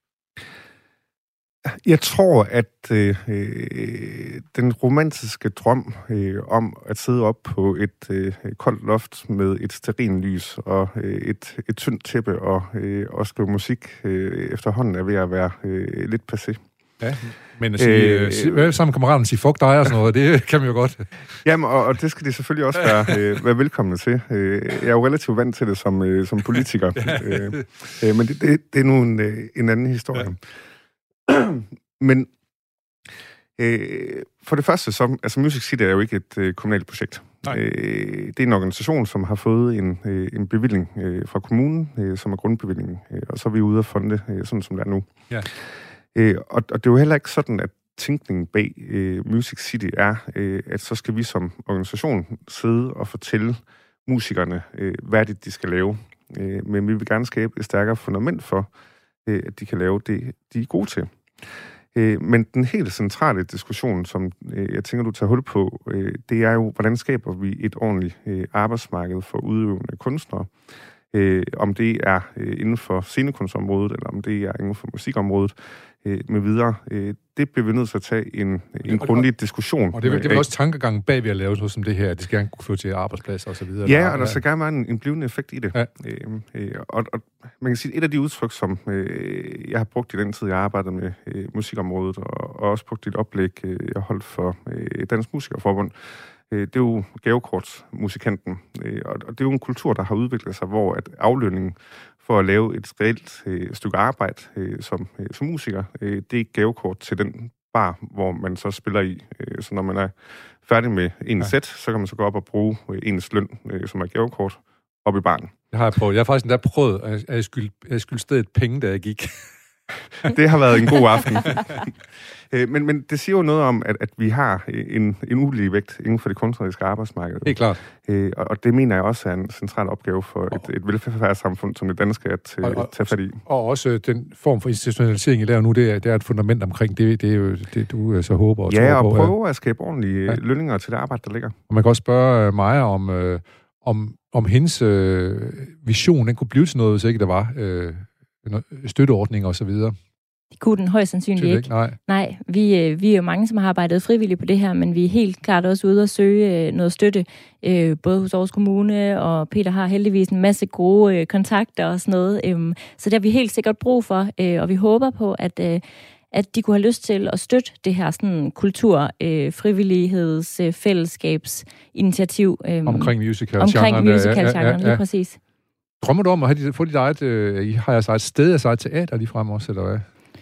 Jeg tror, at den romantiske drøm om at sidde op på et koldt loft med et stearinlys og et tyndt tæppe og skrive musik efterhånden er ved at være lidt passé. Ja, men at sige, sammen med kammeraterne sige fuck dig og sådan noget, det kan man jo godt. Jamen, og det skal de selvfølgelig også være velkomne til. Jeg er jo relativt vant til det som politiker, men det er nu en anden historie. Ja. Men for det første, altså Music City er jo ikke et kommunalt projekt. Det er en organisation, som har fået en bevilling fra kommunen, som er grundbevillingen, og så er vi ude at fonde, sådan som det er nu. Ja. Og det er jo heller ikke sådan, at tænkningen bag Music City er, at så skal vi som organisation sidde og fortælle musikerne, hvad det de skal lave. Men vi vil gerne skabe et stærkere fundament for, at de kan lave det, de er gode til. Men den helt centrale diskussion, som jeg tænker, du tager hul på, det er jo, hvordan skaber vi et ordentligt arbejdsmarked for udøvende kunstnere? Om det er inden for scenekunstområdet, eller om det er inden for musikområdet, med videre. Det bliver vi nødt til at tage en grundig diskussion. Og det er også tankegangen bag ved at lave noget som det her, at det skal gerne kunne føre til arbejdspladser og så videre. Ja, og der skal gerne være en blivende effekt i det. Ja. Og man kan sige, et af de udtryk, som jeg har brugt i den tid, jeg arbejdede med musikområdet, og også brugt i et oplæg, jeg holdt for Dansk Musikerforbund, det er jo gavekortsmusikanten. Og det er jo en kultur, der har udviklet sig, hvor at aflønningen for at lave et reelt stykke arbejde som musiker, det er gavekort til den bar, hvor man så spiller i. Så når man er færdig med en sæt, så kan man så gå op og bruge ens løn, som er gavekort, op i baren. Det har jeg prøvet. Jeg har faktisk endda prøvet, at jeg skyldte stedet penge, da jeg gik. Det har været en god aften. Men det siger jo noget om, at vi har en ulige vægt inden for det kunstneriske arbejdsmarked. Det er klart. Og det mener jeg også er en central opgave for et velfærdssamfund som det danske at tage fat i. Og også den form for institutionalisering, I laver nu, det er et fundament omkring det. Det er jo det, du så håber og tror på. Ja, og prøve at skabe ordentlige lønninger til det arbejde, der ligger. Og man kan også spørge Maja om hendes vision, den kunne blive til noget, hvis ikke der var støtteordninger og så videre. Det kunne den højst sandsynligt ikke. Nej, vi er jo mange, som har arbejdet frivilligt på det her, men vi er helt klart også ude og søge noget støtte, både hos Aarhus Kommune, og Peter har heldigvis en masse gode kontakter og sådan noget. Så det har vi helt sikkert brug for, og vi håber på, at de kunne have lyst til at støtte det her sådan frivilligheds, fællesskabsinitiativ. Omkring musical-genren. Lige præcis. Drømmer du om at få dit eget, har jeg sagt, sted af sig teater lige frem også, eller hvad?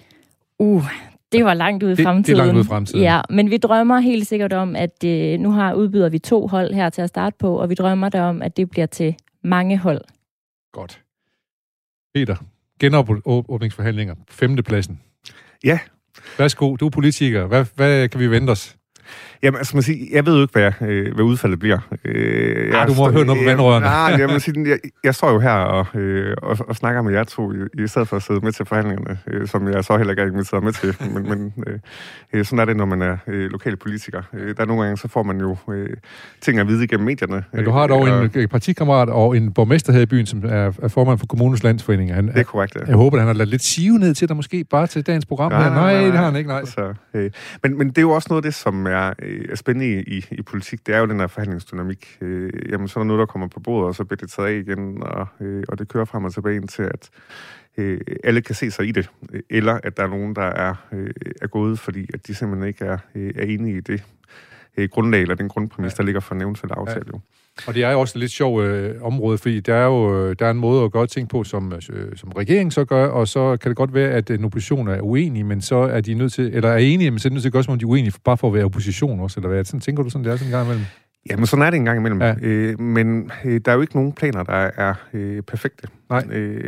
Det var langt ude i fremtiden. Det er langt ude i fremtiden. Ja, men vi drømmer helt sikkert om, at nu udbyder vi 2 hold her til at starte på, og vi drømmer derom, at det bliver til mange hold. Godt. Peter, genåbningsforhandlinger, 5. pladsen. Ja, Værsgo, du er politiker. Hvad kan vi vente os? Jamen, altså, man siger, jeg ved jo ikke, hvad udfaldet bliver. Du må høre noget på vandrørene. Jeg står jo her og snakker med jer to, i stedet for at sidde med til forhandlingerne, som jeg så heller ikke er inviteret med til. Men sådan er det, når man er lokal politiker. Der er nogle gange, så får man jo ting at vide igennem medierne. Men du har dog en partikammerat og en borgmester her i byen, som er formand for kommunens landsforening. Det er korrekt, ja. Jeg håber, han har ladet lidt sive ned til dig måske, bare til dagens program. Nej, det har han ikke, nej. Så, men det er jo også noget af det, som er spændende i politik. Det er jo den her forhandlingsdynamik. Jamen, så er der noget, der kommer på bordet, og så bliver det taget af igen, og det kører frem og tilbage indtil, at alle kan se sig i det. Eller at der er nogen, der er gået, fordi at de simpelthen ikke er enige i det grundlag, eller den grundpræmis, der ligger for en eventuel aftale. Ja. Og det er jo også et lidt sjovt område, fordi der er en måde at gøre ting på, som regeringen så gør, og så kan det godt være, at en opposition er uenig, men så er de nødt til, eller er enige, men så er de nødt til at gøre, som de er uenige, bare for at være opposition også, eller hvad? Sådan, tænker du sådan, det er sådan en gang imellem? Jamen, sådan er det en gang imellem. Ja. Men der er jo ikke nogen planer, der er perfekte. Nej.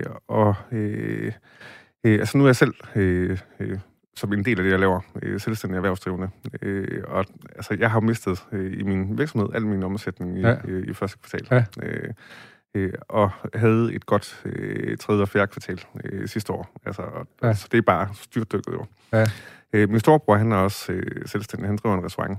Altså, nu er jeg selv som en del af det, jeg laver, selvstændig erhvervsdrivende. Og altså, jeg har mistet i min virksomhed al min omsætning i første kvartal. Ja. Og havde et godt tredje og fjerde kvartal sidste år. Altså, det er bare styrtdykket jo. Ja. Min storebror, han er også selvstændig. Han driver en restaurant.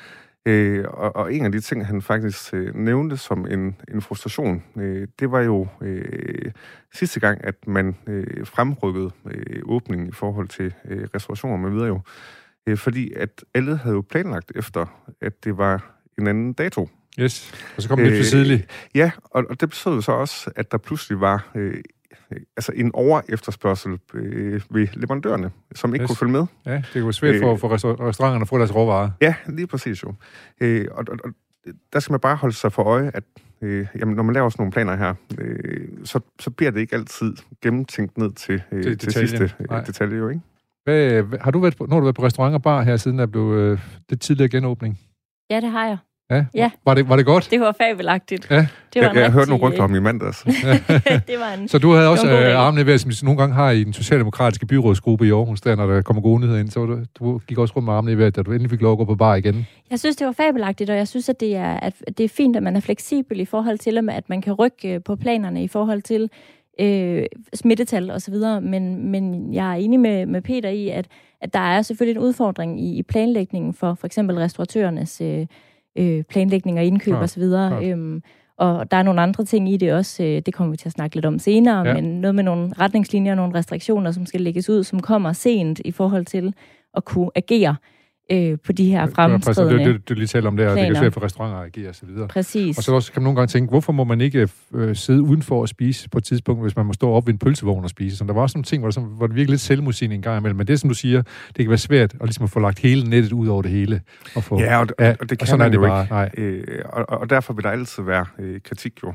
Og en af de ting, han faktisk nævnte som en frustration, det var jo sidste gang, at man fremrykkede åbningen i forhold til restaurationer med videre jo. Fordi at alle havde jo planlagt efter, at det var en anden dato. Yes, og så kom det lidt for tidligt. Ja, og det betød så også, at der pludselig var en overefterspørgsel ved leverandørerne, som ikke kunne følge med. Ja, det kunne være svært for restauranterne at få deres råvarer. Ja, lige præcis jo. Og der skal man bare holde sig for øje, at når man laver sådan nogle planer her, så bliver det ikke altid gennemtænkt ned til sidste detalje jo, ikke? Har du været på restaurant og bar her, siden der blev det tidligere genåbning? Ja, det har jeg. Ja. Var det godt? Det var fabelagtigt. Ja. Jeg hørte nogle rygter om i mandags. Det var en, så du havde også armene i vejret, som nogle gange har i den socialdemokratiske byrådsgruppe i Aarhus, der når der kommer gode nyheder ind, så du gik også rundt med armene i vejret, da du endelig fik lov at gå på bar igen. Jeg synes, det var fabelagtigt, og jeg synes, at det er fint, at man er fleksibel i forhold til, at man kan rykke på planerne i forhold til smittetal og så videre, men jeg er enig med Peter i, at der er selvfølgelig en udfordring i planlægningen for eksempel restauratørernes planlægning og indkøb og så videre. Og der er nogle andre ting i det også, det kommer vi til at snakke lidt om senere, men noget med nogle retningslinjer og nogle restriktioner, som skal lægges ud, som kommer sent i forhold til at kunne agere på de her fremskridende det lige taler om det, og det kan svært for restauranter at agere og så videre. Præcis. Og så også kan man nogle gange tænke, hvorfor må man ikke sidde udenfor og spise på et tidspunkt, hvis man må stå op ved en pølsevogn og spise? Så der var også nogle ting, hvor det virkelig lidt selvmodsigende en gang imellem. Men det, som du siger, det kan være svært at ligesom at få lagt hele nettet ud over det hele. Og få, og det kan man jo ikke. Og derfor vil der altid være kritik jo.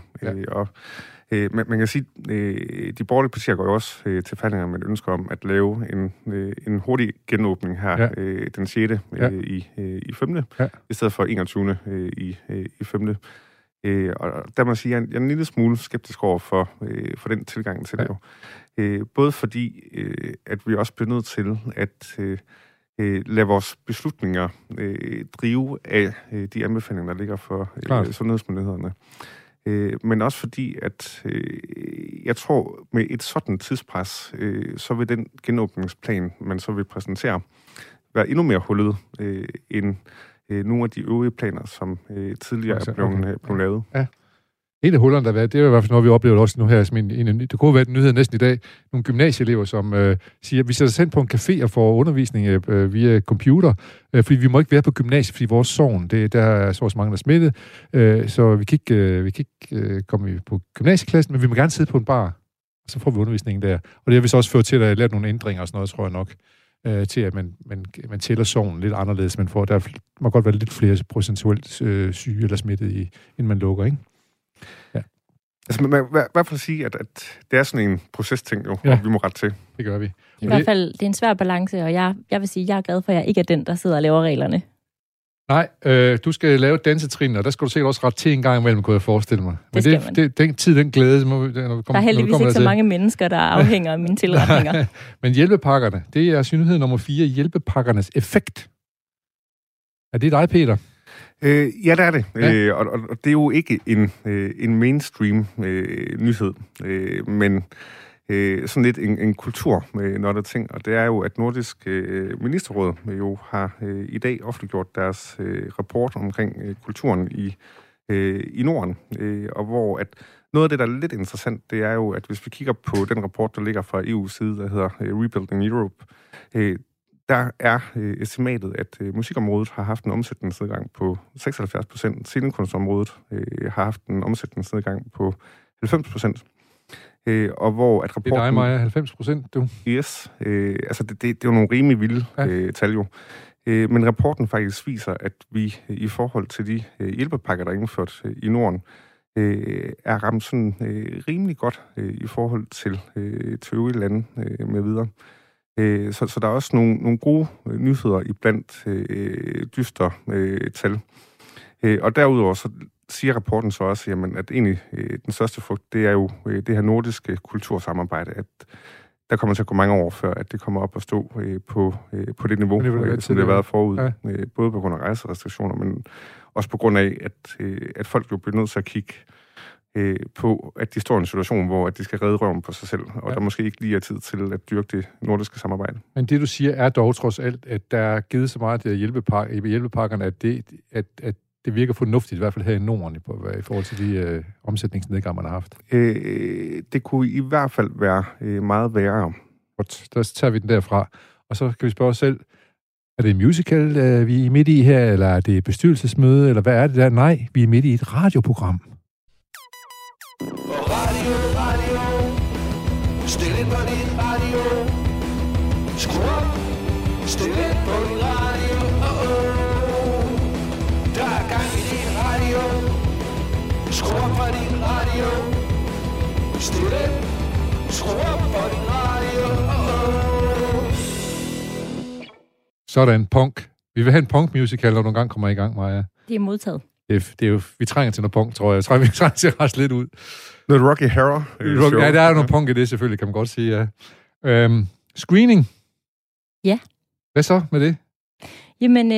Men man kan sige, de borgerlige partier går jo også til forhandlinger med et ønske om at lave en hurtig genåbning her den 6. i 5. I stedet for 21. i 5. Og der må jeg sige, at jeg er en lille smule skeptisk over for den tilgang til det jo. Både fordi, at vi også bliver nødt til at lade vores beslutninger drive af de anbefalinger, der ligger for sundhedsmyndighederne. Men også fordi, at jeg tror, med et sådan tidspres, så vil den genåbningsplan, man så vil præsentere, være endnu mere hullet end nogle af de øvrige planer, som tidligere er blevet lavet. Ja. En af hullerne, der har været, det er i hvert fald noget, vi oplever også nu her. Det kunne være en nyhed næsten i dag. Nogle gymnasieelever, som siger, at vi sætter os hen på en café og får undervisning via computer, fordi vi må ikke være på gymnasiet, fordi vores sogn, der er så mange, der er smittet, så vi kan ikke komme på gymnasieklassen, men vi må gerne sidde på en bar, og så får vi undervisningen der. Og det har vi så også ført til, at der er lavet nogle ændringer og sådan noget, tror jeg nok, til at man tæller sognen lidt anderledes. Der må godt være lidt flere procentuelt syge eller smittet, end man lukker, ikke? Ja. Altså, man kan i hvert fald sige, at det er sådan en procesting, jo, og vi må rette til. Det gør vi. I hvert fald, det er en svær balance, og jeg vil sige, at jeg er glad for, at jeg ikke er den, der sidder og laver reglerne. Nej, du skal lave dansetrin, og der skal du sikkert også ret til en gang imellem, kunne jeg forestille mig. Men den tid, den glæde, når vi kommer. Der er heldigvis ikke så mange mennesker, der afhænger af mine tilretninger. Men hjælpepakkerne, det er synlighed nummer 4, hjælpepakkernes effekt. Er det dig, Peter? Ja, det er det. Ja. Og det er jo ikke en mainstream nyhed, men sådan lidt en kultur med noget ting, og det er jo, at Nordisk Ministerråd jo har i dag offentliggjort deres rapport omkring kulturen i Norden, og hvor at noget af det, der er lidt interessant, det er jo, at hvis vi kigger på den rapport, der ligger fra EU's side, der hedder Rebuilding Europe, der er estimatet, at musikområdet har haft en omsætningsnedgang på 76%, scenekunstområdet har haft en omsætningsnedgang på 90%. Og hvor at rapporten... Det er dig, Maja, 90%, du? Yes. Altså, det er jo nogle rimelig vilde tal jo. Men rapporten faktisk viser, at vi i forhold til de hjælpepakker, der er indført i Norden, er ramt sådan rimelig godt i forhold til øvrige lande med videre. Så der er også nogle gode nyheder i blandt dystre tal. Og derudover så siger rapporten så også, jamen, at egentlig den største frugt, det er jo det her nordiske kultursamarbejde, at der kommer til at gå mange år før, at det kommer op at stå på det niveau, som det har været forud. Ja. Både på grund af rejserestriktioner, men også på grund af, at folk jo bliver nødt til at kigge på, at de står i en situation, hvor at de skal redde røven på sig selv, og der måske ikke lige er tid til at dyrke det nordiske samarbejde. Men det, du siger, er dog trods alt, at der er givet så meget af hjælpepakkerne, at det virker fornuftigt, i hvert fald her i Norden, i forhold til de omsætningsnedgang, man har haft. Det kunne i hvert fald være meget værre. Godt, der tager vi den derfra. Og så kan vi spørge os selv, er det en musical, vi er midt i her, eller er det bestyrelsesmøde, eller hvad er det der? Nej, vi er midt i et radioprogram. Radio, stil ind på din radio. Skru op, stil ind på din radio. Der er gang i din radio. Skru op på din radio. Stil ind, skru op på din radio. Sådan, punk. Vi vil have en punk-musical, når du engang kommer i gang, Maja. Det er modtaget. Det er jo, vi trænger til noget punk, tror jeg. Jeg tror, vi trænger til at rejse lidt ud. Noget Rocky Horror. Ja, der er noget punk i det, selvfølgelig, kan man godt sige, ja. Screening. Ja. Hvad så med det? Jamen,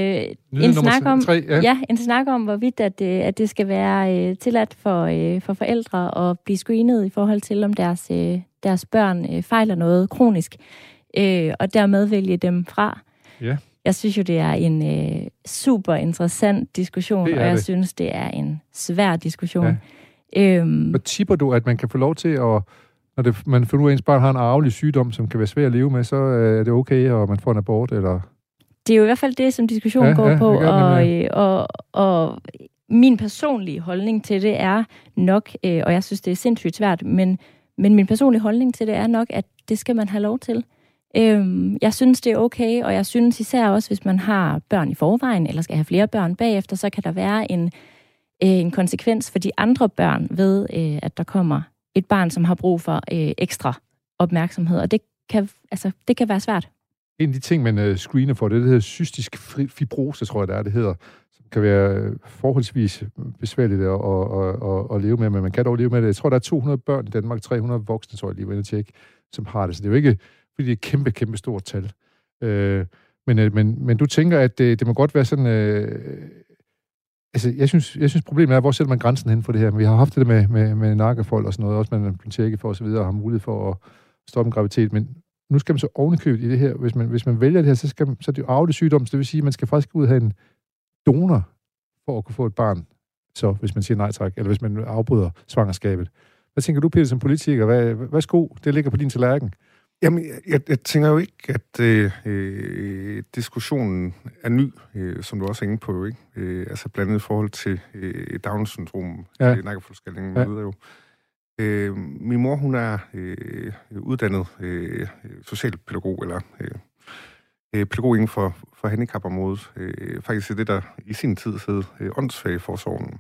en snak om, hvorvidt at det skal være tilladt for forældre at blive screenet i forhold til, om deres børn fejler noget kronisk, og dermed vælge dem fra. Ja. Jeg synes jo, det er en super interessant diskussion, og jeg synes, det er en svær diskussion. Ja. Hvad tipper du, at man kan få lov til at, når man finder ud af, at ens barn har en arvelig sygdom, som kan være svær at leve med, så er det okay, og man får en abort, eller... Det er jo i hvert fald det, som diskussionen går på, og min personlige holdning til det er nok, og jeg synes, det er sindssygt svært, men min personlige holdning til det er nok, at det skal man have lov til. Jeg synes, det er okay, og jeg synes især også, hvis man har børn i forvejen, eller skal have flere børn bagefter, så kan der være en konsekvens for de andre børn ved, at der kommer et barn, som har brug for ekstra opmærksomhed, og det kan være svært. En af de ting, man screener for, det hedder cystisk fibrose, tror jeg, det hedder, som kan være forholdsvis besværligt at leve med, men man kan dog leve med det. Jeg tror, der er 200 børn i Danmark, 300 voksne, tror jeg lige, tjekke, som har det. Så det er jo ikke, fordi det er et kæmpe, kæmpe stort tal. Men du tænker, at det må godt være sådan... jeg synes problemet er, hvor sætter man grænsen hen for det her? Vi har haft det med narkofolk og sådan noget, også man tjekke for og så videre, og har mulighed for at stoppe en graviditet, men nu skal man så ovenikøbet i det her. Hvis man vælger det her, så er det jo arvelig sygdom, så det vil sige, at man skal faktisk ud og have en donor for at kunne få et barn, så hvis man siger nej tak, eller hvis man afbryder svangerskabet. Hvad tænker du, Peter, som politiker? Værsgo, det ligger på din tallerken. Jamen, jeg tænker jo ikke, at diskussionen er ny, som du også er inde på, ikke? Altså blandt andet i forhold til Down-syndrom, nakkefoldskaldning med videre jo. Min mor, hun er uddannet socialpædagog, eller pædagog inden for handicapområdet. Faktisk er det, der i sin tid hed åndsfageforsorgen.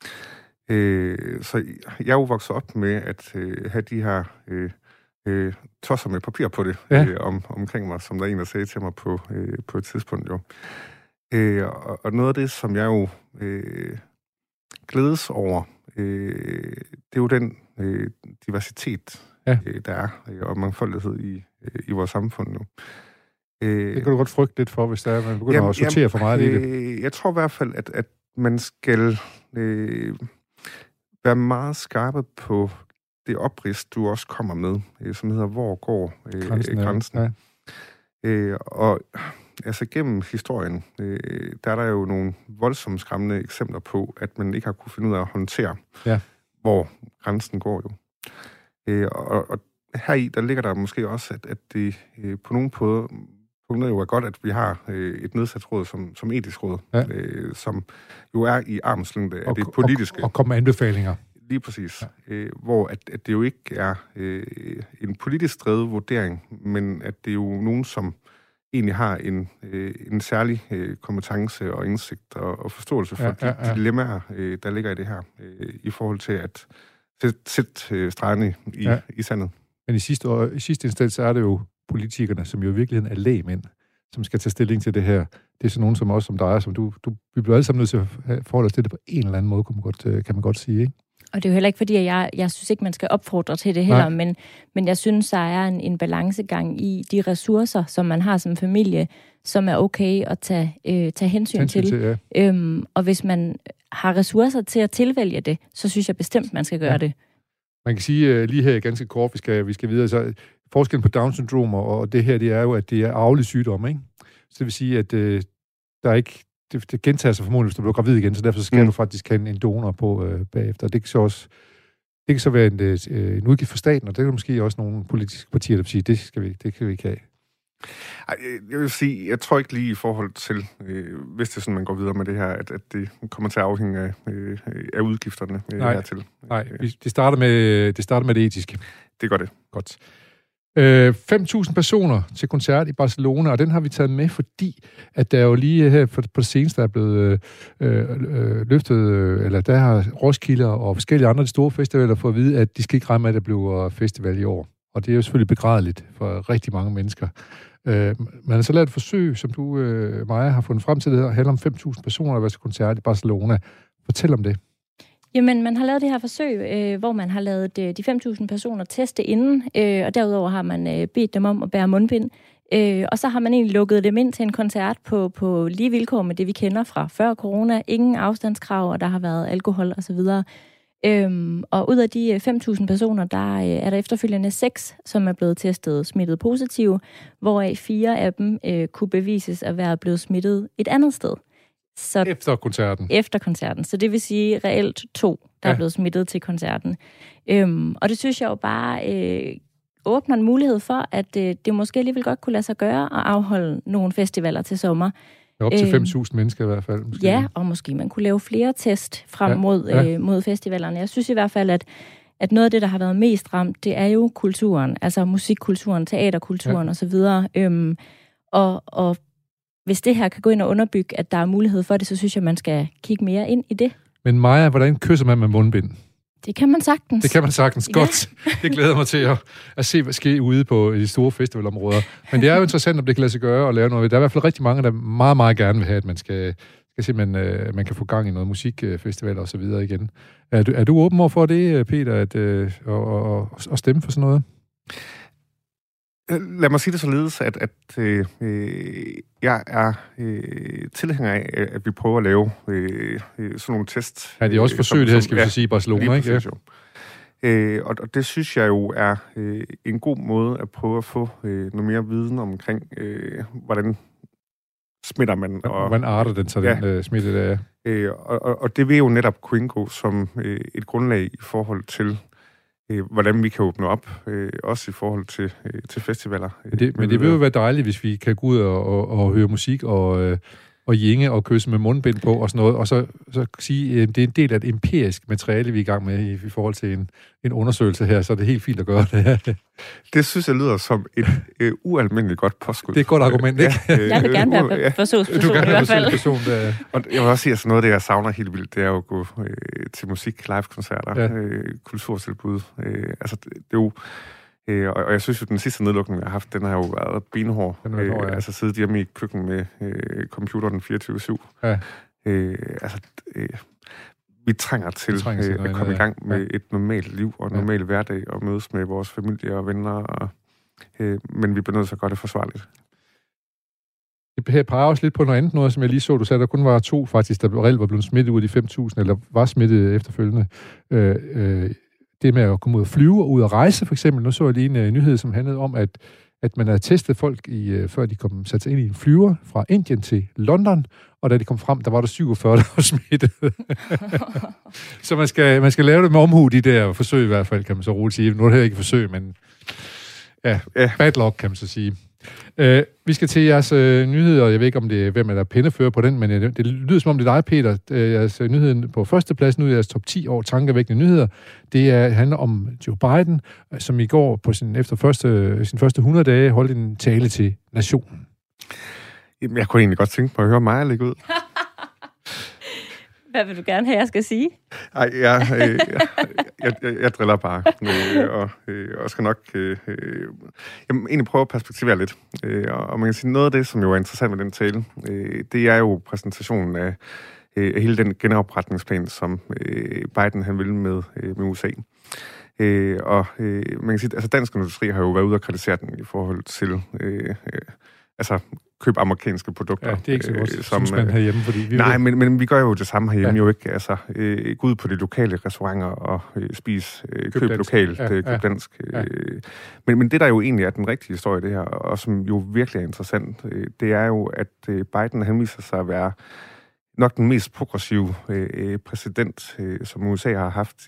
Så jeg er jo vokset op med at have de her tosser med papir på det omkring mig, som der en, der sagde til mig på et tidspunkt jo. Og noget af det, som jeg jo glædes over, det er jo den diversitet, der er, og mangfoldighed i vores samfund nu. Det kan du godt frygte lidt for, hvis man begynder at sortere for meget i det. Jeg tror i hvert fald, at man skal være meget skarpe på det oprids, du også kommer med, som hedder, hvor går grænsen. Ja. Og altså gennem historien, der er der jo nogle voldsomt skræmmende eksempler på, at man ikke har kunne finde ud af at håndtere, hvor grænsen går jo. Og heri, der ligger der måske også, at det på nogle punkter jo er godt, at vi har et nedsat råd som etisk råd, som jo er i armslængde af det politiske. Og kommer med anbefalinger. Lige præcis. Ja. Hvor at det jo ikke er en politisk drevet vurdering, men at det er jo nogen, som egentlig har en særlig kompetence og indsigt og forståelse for de dilemmaer, der ligger i det her, i forhold til at sætte stregerne i sandet. Men i sidste instans er det jo politikerne, som jo i virkeligheden er lægmænd, som skal tage stilling til det her. Det er så nogen som os, som dig, som vi bliver alle sammen nødt til at forholde os til det på en eller anden måde, kan man godt sige, ikke? Og det er jo heller ikke fordi, at jeg synes ikke, man skal opfordre til det heller, men jeg synes, der er en balancegang i de ressourcer, som man har som familie, som er okay at tage hensyn til. Og hvis man har ressourcer til at tilvælge det, så synes jeg bestemt, man skal gøre det. Man kan sige lige her ganske kort, vi skal videre, så forskellen på Down-syndrom og det her, det er jo, at det er arvelig sygdom, ikke? Så det vil sige, at der ikke... Det gentager sig formodentlig, hvis du bliver gravid igen, så derfor skal du faktisk have en donor på bagefter. Det kan så være en udgift for staten, og det er måske også nogle politiske partier, der vil sige, det kan vi ikke have. Jeg vil sige, jeg tror ikke lige i forhold til, hvis det er sådan, man går videre med det her, at det kommer til at afhænge af udgifterne hertil. Nej, det starter med det etiske. Det gør det. Godt. 5.000 personer til koncert i Barcelona, og den har vi taget med, fordi at der jo lige her på det seneste er blevet løftet, eller der har Roskilde og forskellige andre store festivaler fået at vide, at de skal ikke regne med, at der bliver festival i år. Og det er jo selvfølgelig begrædeligt for rigtig mange mennesker. Man har så lavet et forsøg, som du, Maja, har fundet frem til det her, handler om 5.000 personer, der har været til koncert i Barcelona. Fortæl om det. Jamen, man har lavet det her forsøg, hvor man har lavet de 5.000 personer teste inden, og derudover har man bedt dem om at bære mundbind. Og så har man egentlig lukket dem ind til en koncert på lige vilkår med det, vi kender fra før corona. Ingen afstandskrav, og der har været alkohol osv. Og ud af de 5.000 personer, der er der efterfølgende 6, som er blevet testet smittet positive, hvoraf 4 af dem kunne bevises at være blevet smittet et andet sted. Så efter koncerten? Efter koncerten. Så det vil sige reelt 2, der er blevet smittet til koncerten. Og det synes jeg jo bare åbner en mulighed for, at det måske alligevel godt kunne lade sig gøre at afholde nogle festivaler til sommer. Op til 5.000 mennesker i hvert fald. Måske. Ja, og måske man kunne lave flere test frem mod festivalerne. Jeg synes i hvert fald, at noget af det, der har været mest ramt, det er jo kulturen. Altså musikkulturen, teaterkulturen osv. Og hvis det her kan gå ind og underbygge, at der er mulighed for det, så synes jeg, man skal kigge mere ind i det. Men Maja, hvordan kysser man med mundbind? Det kan man sagtens. Det kan man sagtens. Godt. Det glæder mig til at se, hvad sker ude på de store festivalområder. Men det er jo interessant, om det kan lade sig gøre og lave noget. Der er i hvert fald rigtig mange, der meget, meget gerne vil have, at man skal se, man kan få gang i noget musikfestival og så videre igen. Er du åben over for det, Peter, at stemme for sådan noget? Lad mig sige det således, at jeg er tilhænger af, at vi prøver at lave sådan nogle tests. Ja, det er også forsøgt her, skal vi så sige, i Barcelona, ikke? Og det synes jeg jo er en god måde at prøve at få noget mere viden omkring, hvordan smitter man. Hvordan arter den så, den smitte der er? Og det vil jo netop kunne indgå som et grundlag i forhold til hvordan vi kan åbne op, også i forhold til festivaler. Men det vil jo være dejligt, hvis vi kan gå ud og høre musik og jinge og kysse med mundbind på og sådan noget, og så sige, at det er en del af et empirisk materiale, vi er i gang med i forhold til en undersøgelse her, så er det helt fint at gøre det. Det synes jeg lyder som et ualmindeligt godt påskud. Det er et godt argument, ikke? Jeg vil gerne være forsøgsperson i hvert fald. Og jeg vil også sige, at noget af det, jeg savner helt vildt, det er jo at gå til musik, live-koncerter, kulturtilbud. Altså, det er jo Og jeg synes jo, den sidste nedlukning, jeg har haft, den har jo været benhård. Altså sidde hjemme i køkken med computeren 24/7. Ja. Vi trænger til at komme i gang med et normalt liv og en normal hverdag og mødes med vores familie og venner. Men vi bliver nødt til at gøre det forsvarligt. Det peger også lidt på noget andet, noget som jeg lige så, du sagde, der kun var 2 faktisk, der reelt var blevet smittet ud af de 5.000, eller var smittet efterfølgende. Det med at komme ud og flyve og ud og rejse, for eksempel. Nu så jeg lige en nyhed, som handlede om, at man havde testet folk, før de kom sat sig ind i en flyver fra Indien til London, og da de kom frem, der var der 47, der var smittet. Så man skal lave det med omhu, de der forsøg i hvert fald, kan man så roligt sige. Nu er det her ikke forsøg, men bad luck, kan man så sige. Vi skal til jeres nyheder, jeg ved ikke, om det er, hvem er der pindefører på den, men det lyder som om det er dig, Peter. Jeres nyheden på førstepladsen ud af jeres top 10 år tankevækkende nyheder, det handler om Joe Biden, som i går på sin første 100 dage holdt en tale til nationen. Jamen, jeg kunne egentlig godt tænke mig at høre mig lægge ud. Hvad vil du gerne have, jeg skal sige? Nej, jeg driller bare, og skal nok egentlig prøve at perspektivere lidt. Og man kan sige, noget af det, som jo er interessant med den tale, det er jo præsentationen af hele den genopretningsplan, som Biden han vil med USA. Og man kan sige, altså dansk industri har jo været ude og kritisere den i forhold til købe amerikanske produkter. Ja, det er ikke så godt, synes man herhjemme, fordi men vi gør jo det samme herhjemme, jo ikke. Altså, gå ud på de lokale restauranter og spise, køb lokalt, køb dansk. Men det, der jo egentlig er den rigtige historie, det her, og som jo virkelig er interessant, det er jo, at Biden henviser sig at være nok den mest progressive præsident, som USA har haft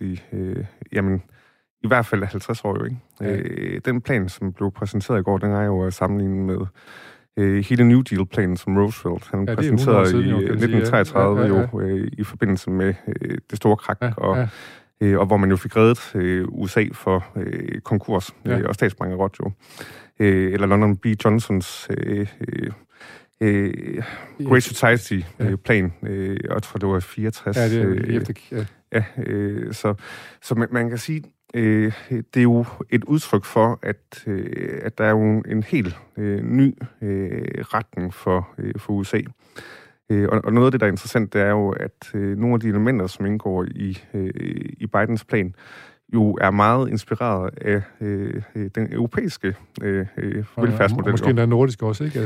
i hvert fald 50 år, jo, ikke? Den plan, som blev præsenteret i går, den er jo sammenlignet med hele New Deal-planen, som Roosevelt han præsenterede i 1933 i forbindelse med det store krak, og hvor man jo fik reddet USA for konkurs og statsbankerot jo. Eller Lyndon B. Johnsons Great Society-plan, og jeg tror, det var 64. Ja, det er så man kan sige, det er jo et udtryk for, at der er jo en helt ny retning for USA. Og noget af det, der er interessant, det er jo, at nogle af de elementer, som indgår i Bidens plan, jo er meget inspireret af den europæiske velfærdsmodel. Måske endda nordisk også, ikke?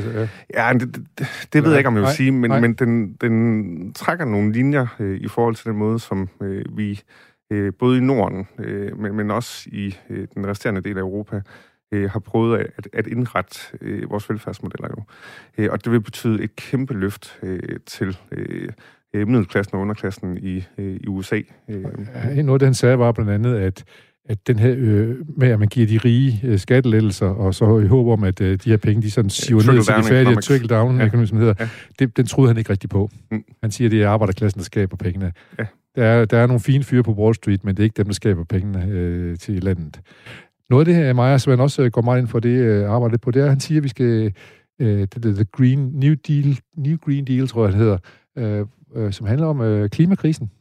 Det ved jeg ikke, om jeg vil sige, men den trækker nogle linjer i forhold til den måde, som vi både i Norden, men også i den resterende del af Europa, har prøvet at indrette vores velfærdsmodeller jo. Og det vil betyde et kæmpe løft til middelklassen og underklassen i USA. Noget af det, han sagde, var blandt andet, at den her med, at man giver de rige skattelettelser, og så i håb om, at de her penge, de sådan siver ned til de fattige, trickle-down, som hedder, den troede han ikke rigtig på. Han siger, at det er arbejderklassen, der skaber pengene. Ja. Der er nogle fine fyre på Wall Street, men det er ikke dem, der skaber pengene til landet. Noget af det her, Maja, som han også går meget ind for det arbejde på, det er, at han siger, at vi skal The New Green Deal, tror jeg, det hedder, som handler om klimakrisen,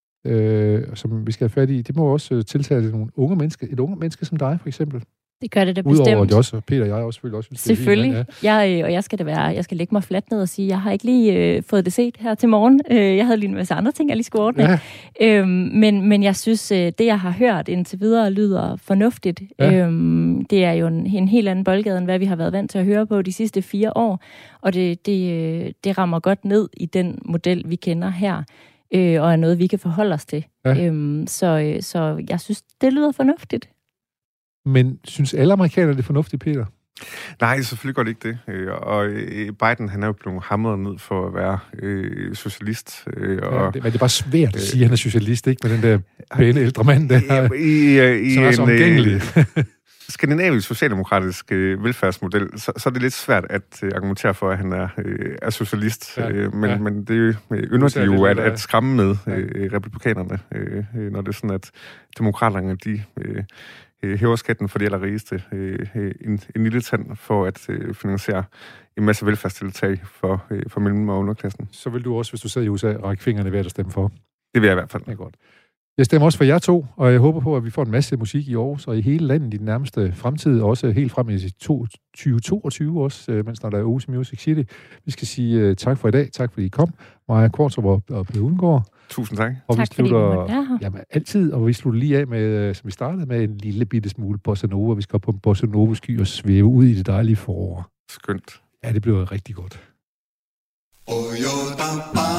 som vi skal have fat i. Det må også tiltale nogle unge mennesker. Et unge menneske som dig, for eksempel. Det gør det da bestemt. Udover det også, Peter og jeg også selvfølgelig også. Selvfølgelig. Jeg skal lægge mig fladt ned og sige, jeg har ikke lige fået det set her til morgen. Jeg havde lige en masse andre ting, jeg lige skulle ordne. Ja. Men jeg synes, det jeg har hørt indtil videre lyder fornuftigt. Ja. Det er jo en helt anden boldgade, end hvad vi har været vant til at høre på de sidste 4 år. Og det rammer godt ned i den model, vi kender her. Og er noget, vi kan forholde os til. Ja. Så jeg synes, det lyder fornuftigt. Men synes alle amerikanere, det er fornuftigt, Peter? Nej, selvfølgelig gør det ikke det. Og Biden, han er jo blevet hamret ned for at være socialist. Men det er bare svært at sige, at han er socialist, ikke? Med den der pæne ældre mand, der som er så omgængelig. Skandinavisk socialdemokratisk velfærdsmodel, så er det lidt svært at argumentere for, at han er socialist. Men det ynder de jo at skræmme med republikanerne, når det er sådan, at demokraterne, de hæver skatten for de allerrigeste en lille tand for at finansiere en masse velfærdstiltag for mellem- og underklassen. Så vil du også, hvis du sidder i USA, række fingrene ved at stemme for? Det vil jeg i hvert fald. Det er godt. Jeg stemmer også for jer to, og jeg håber på, at vi får en masse musik i Aarhus og i hele landet i den nærmeste fremtid, også helt frem i 2022 også, mens der er Aarhus Music City. Vi skal sige tak for i dag. Tak fordi I kom. Maja Kvartrup og Peter Undgaard. Tusind tak. Og tak fordi I måtte være her. Jamen altid, og vi slutter lige af med, som vi startede med, en lille bitte smule bossa nova. Vi skal op på en bossa nova sky og svæve ud i det dejlige forår. Skønt. Ja, det bliver rigtig godt. Oh, yo,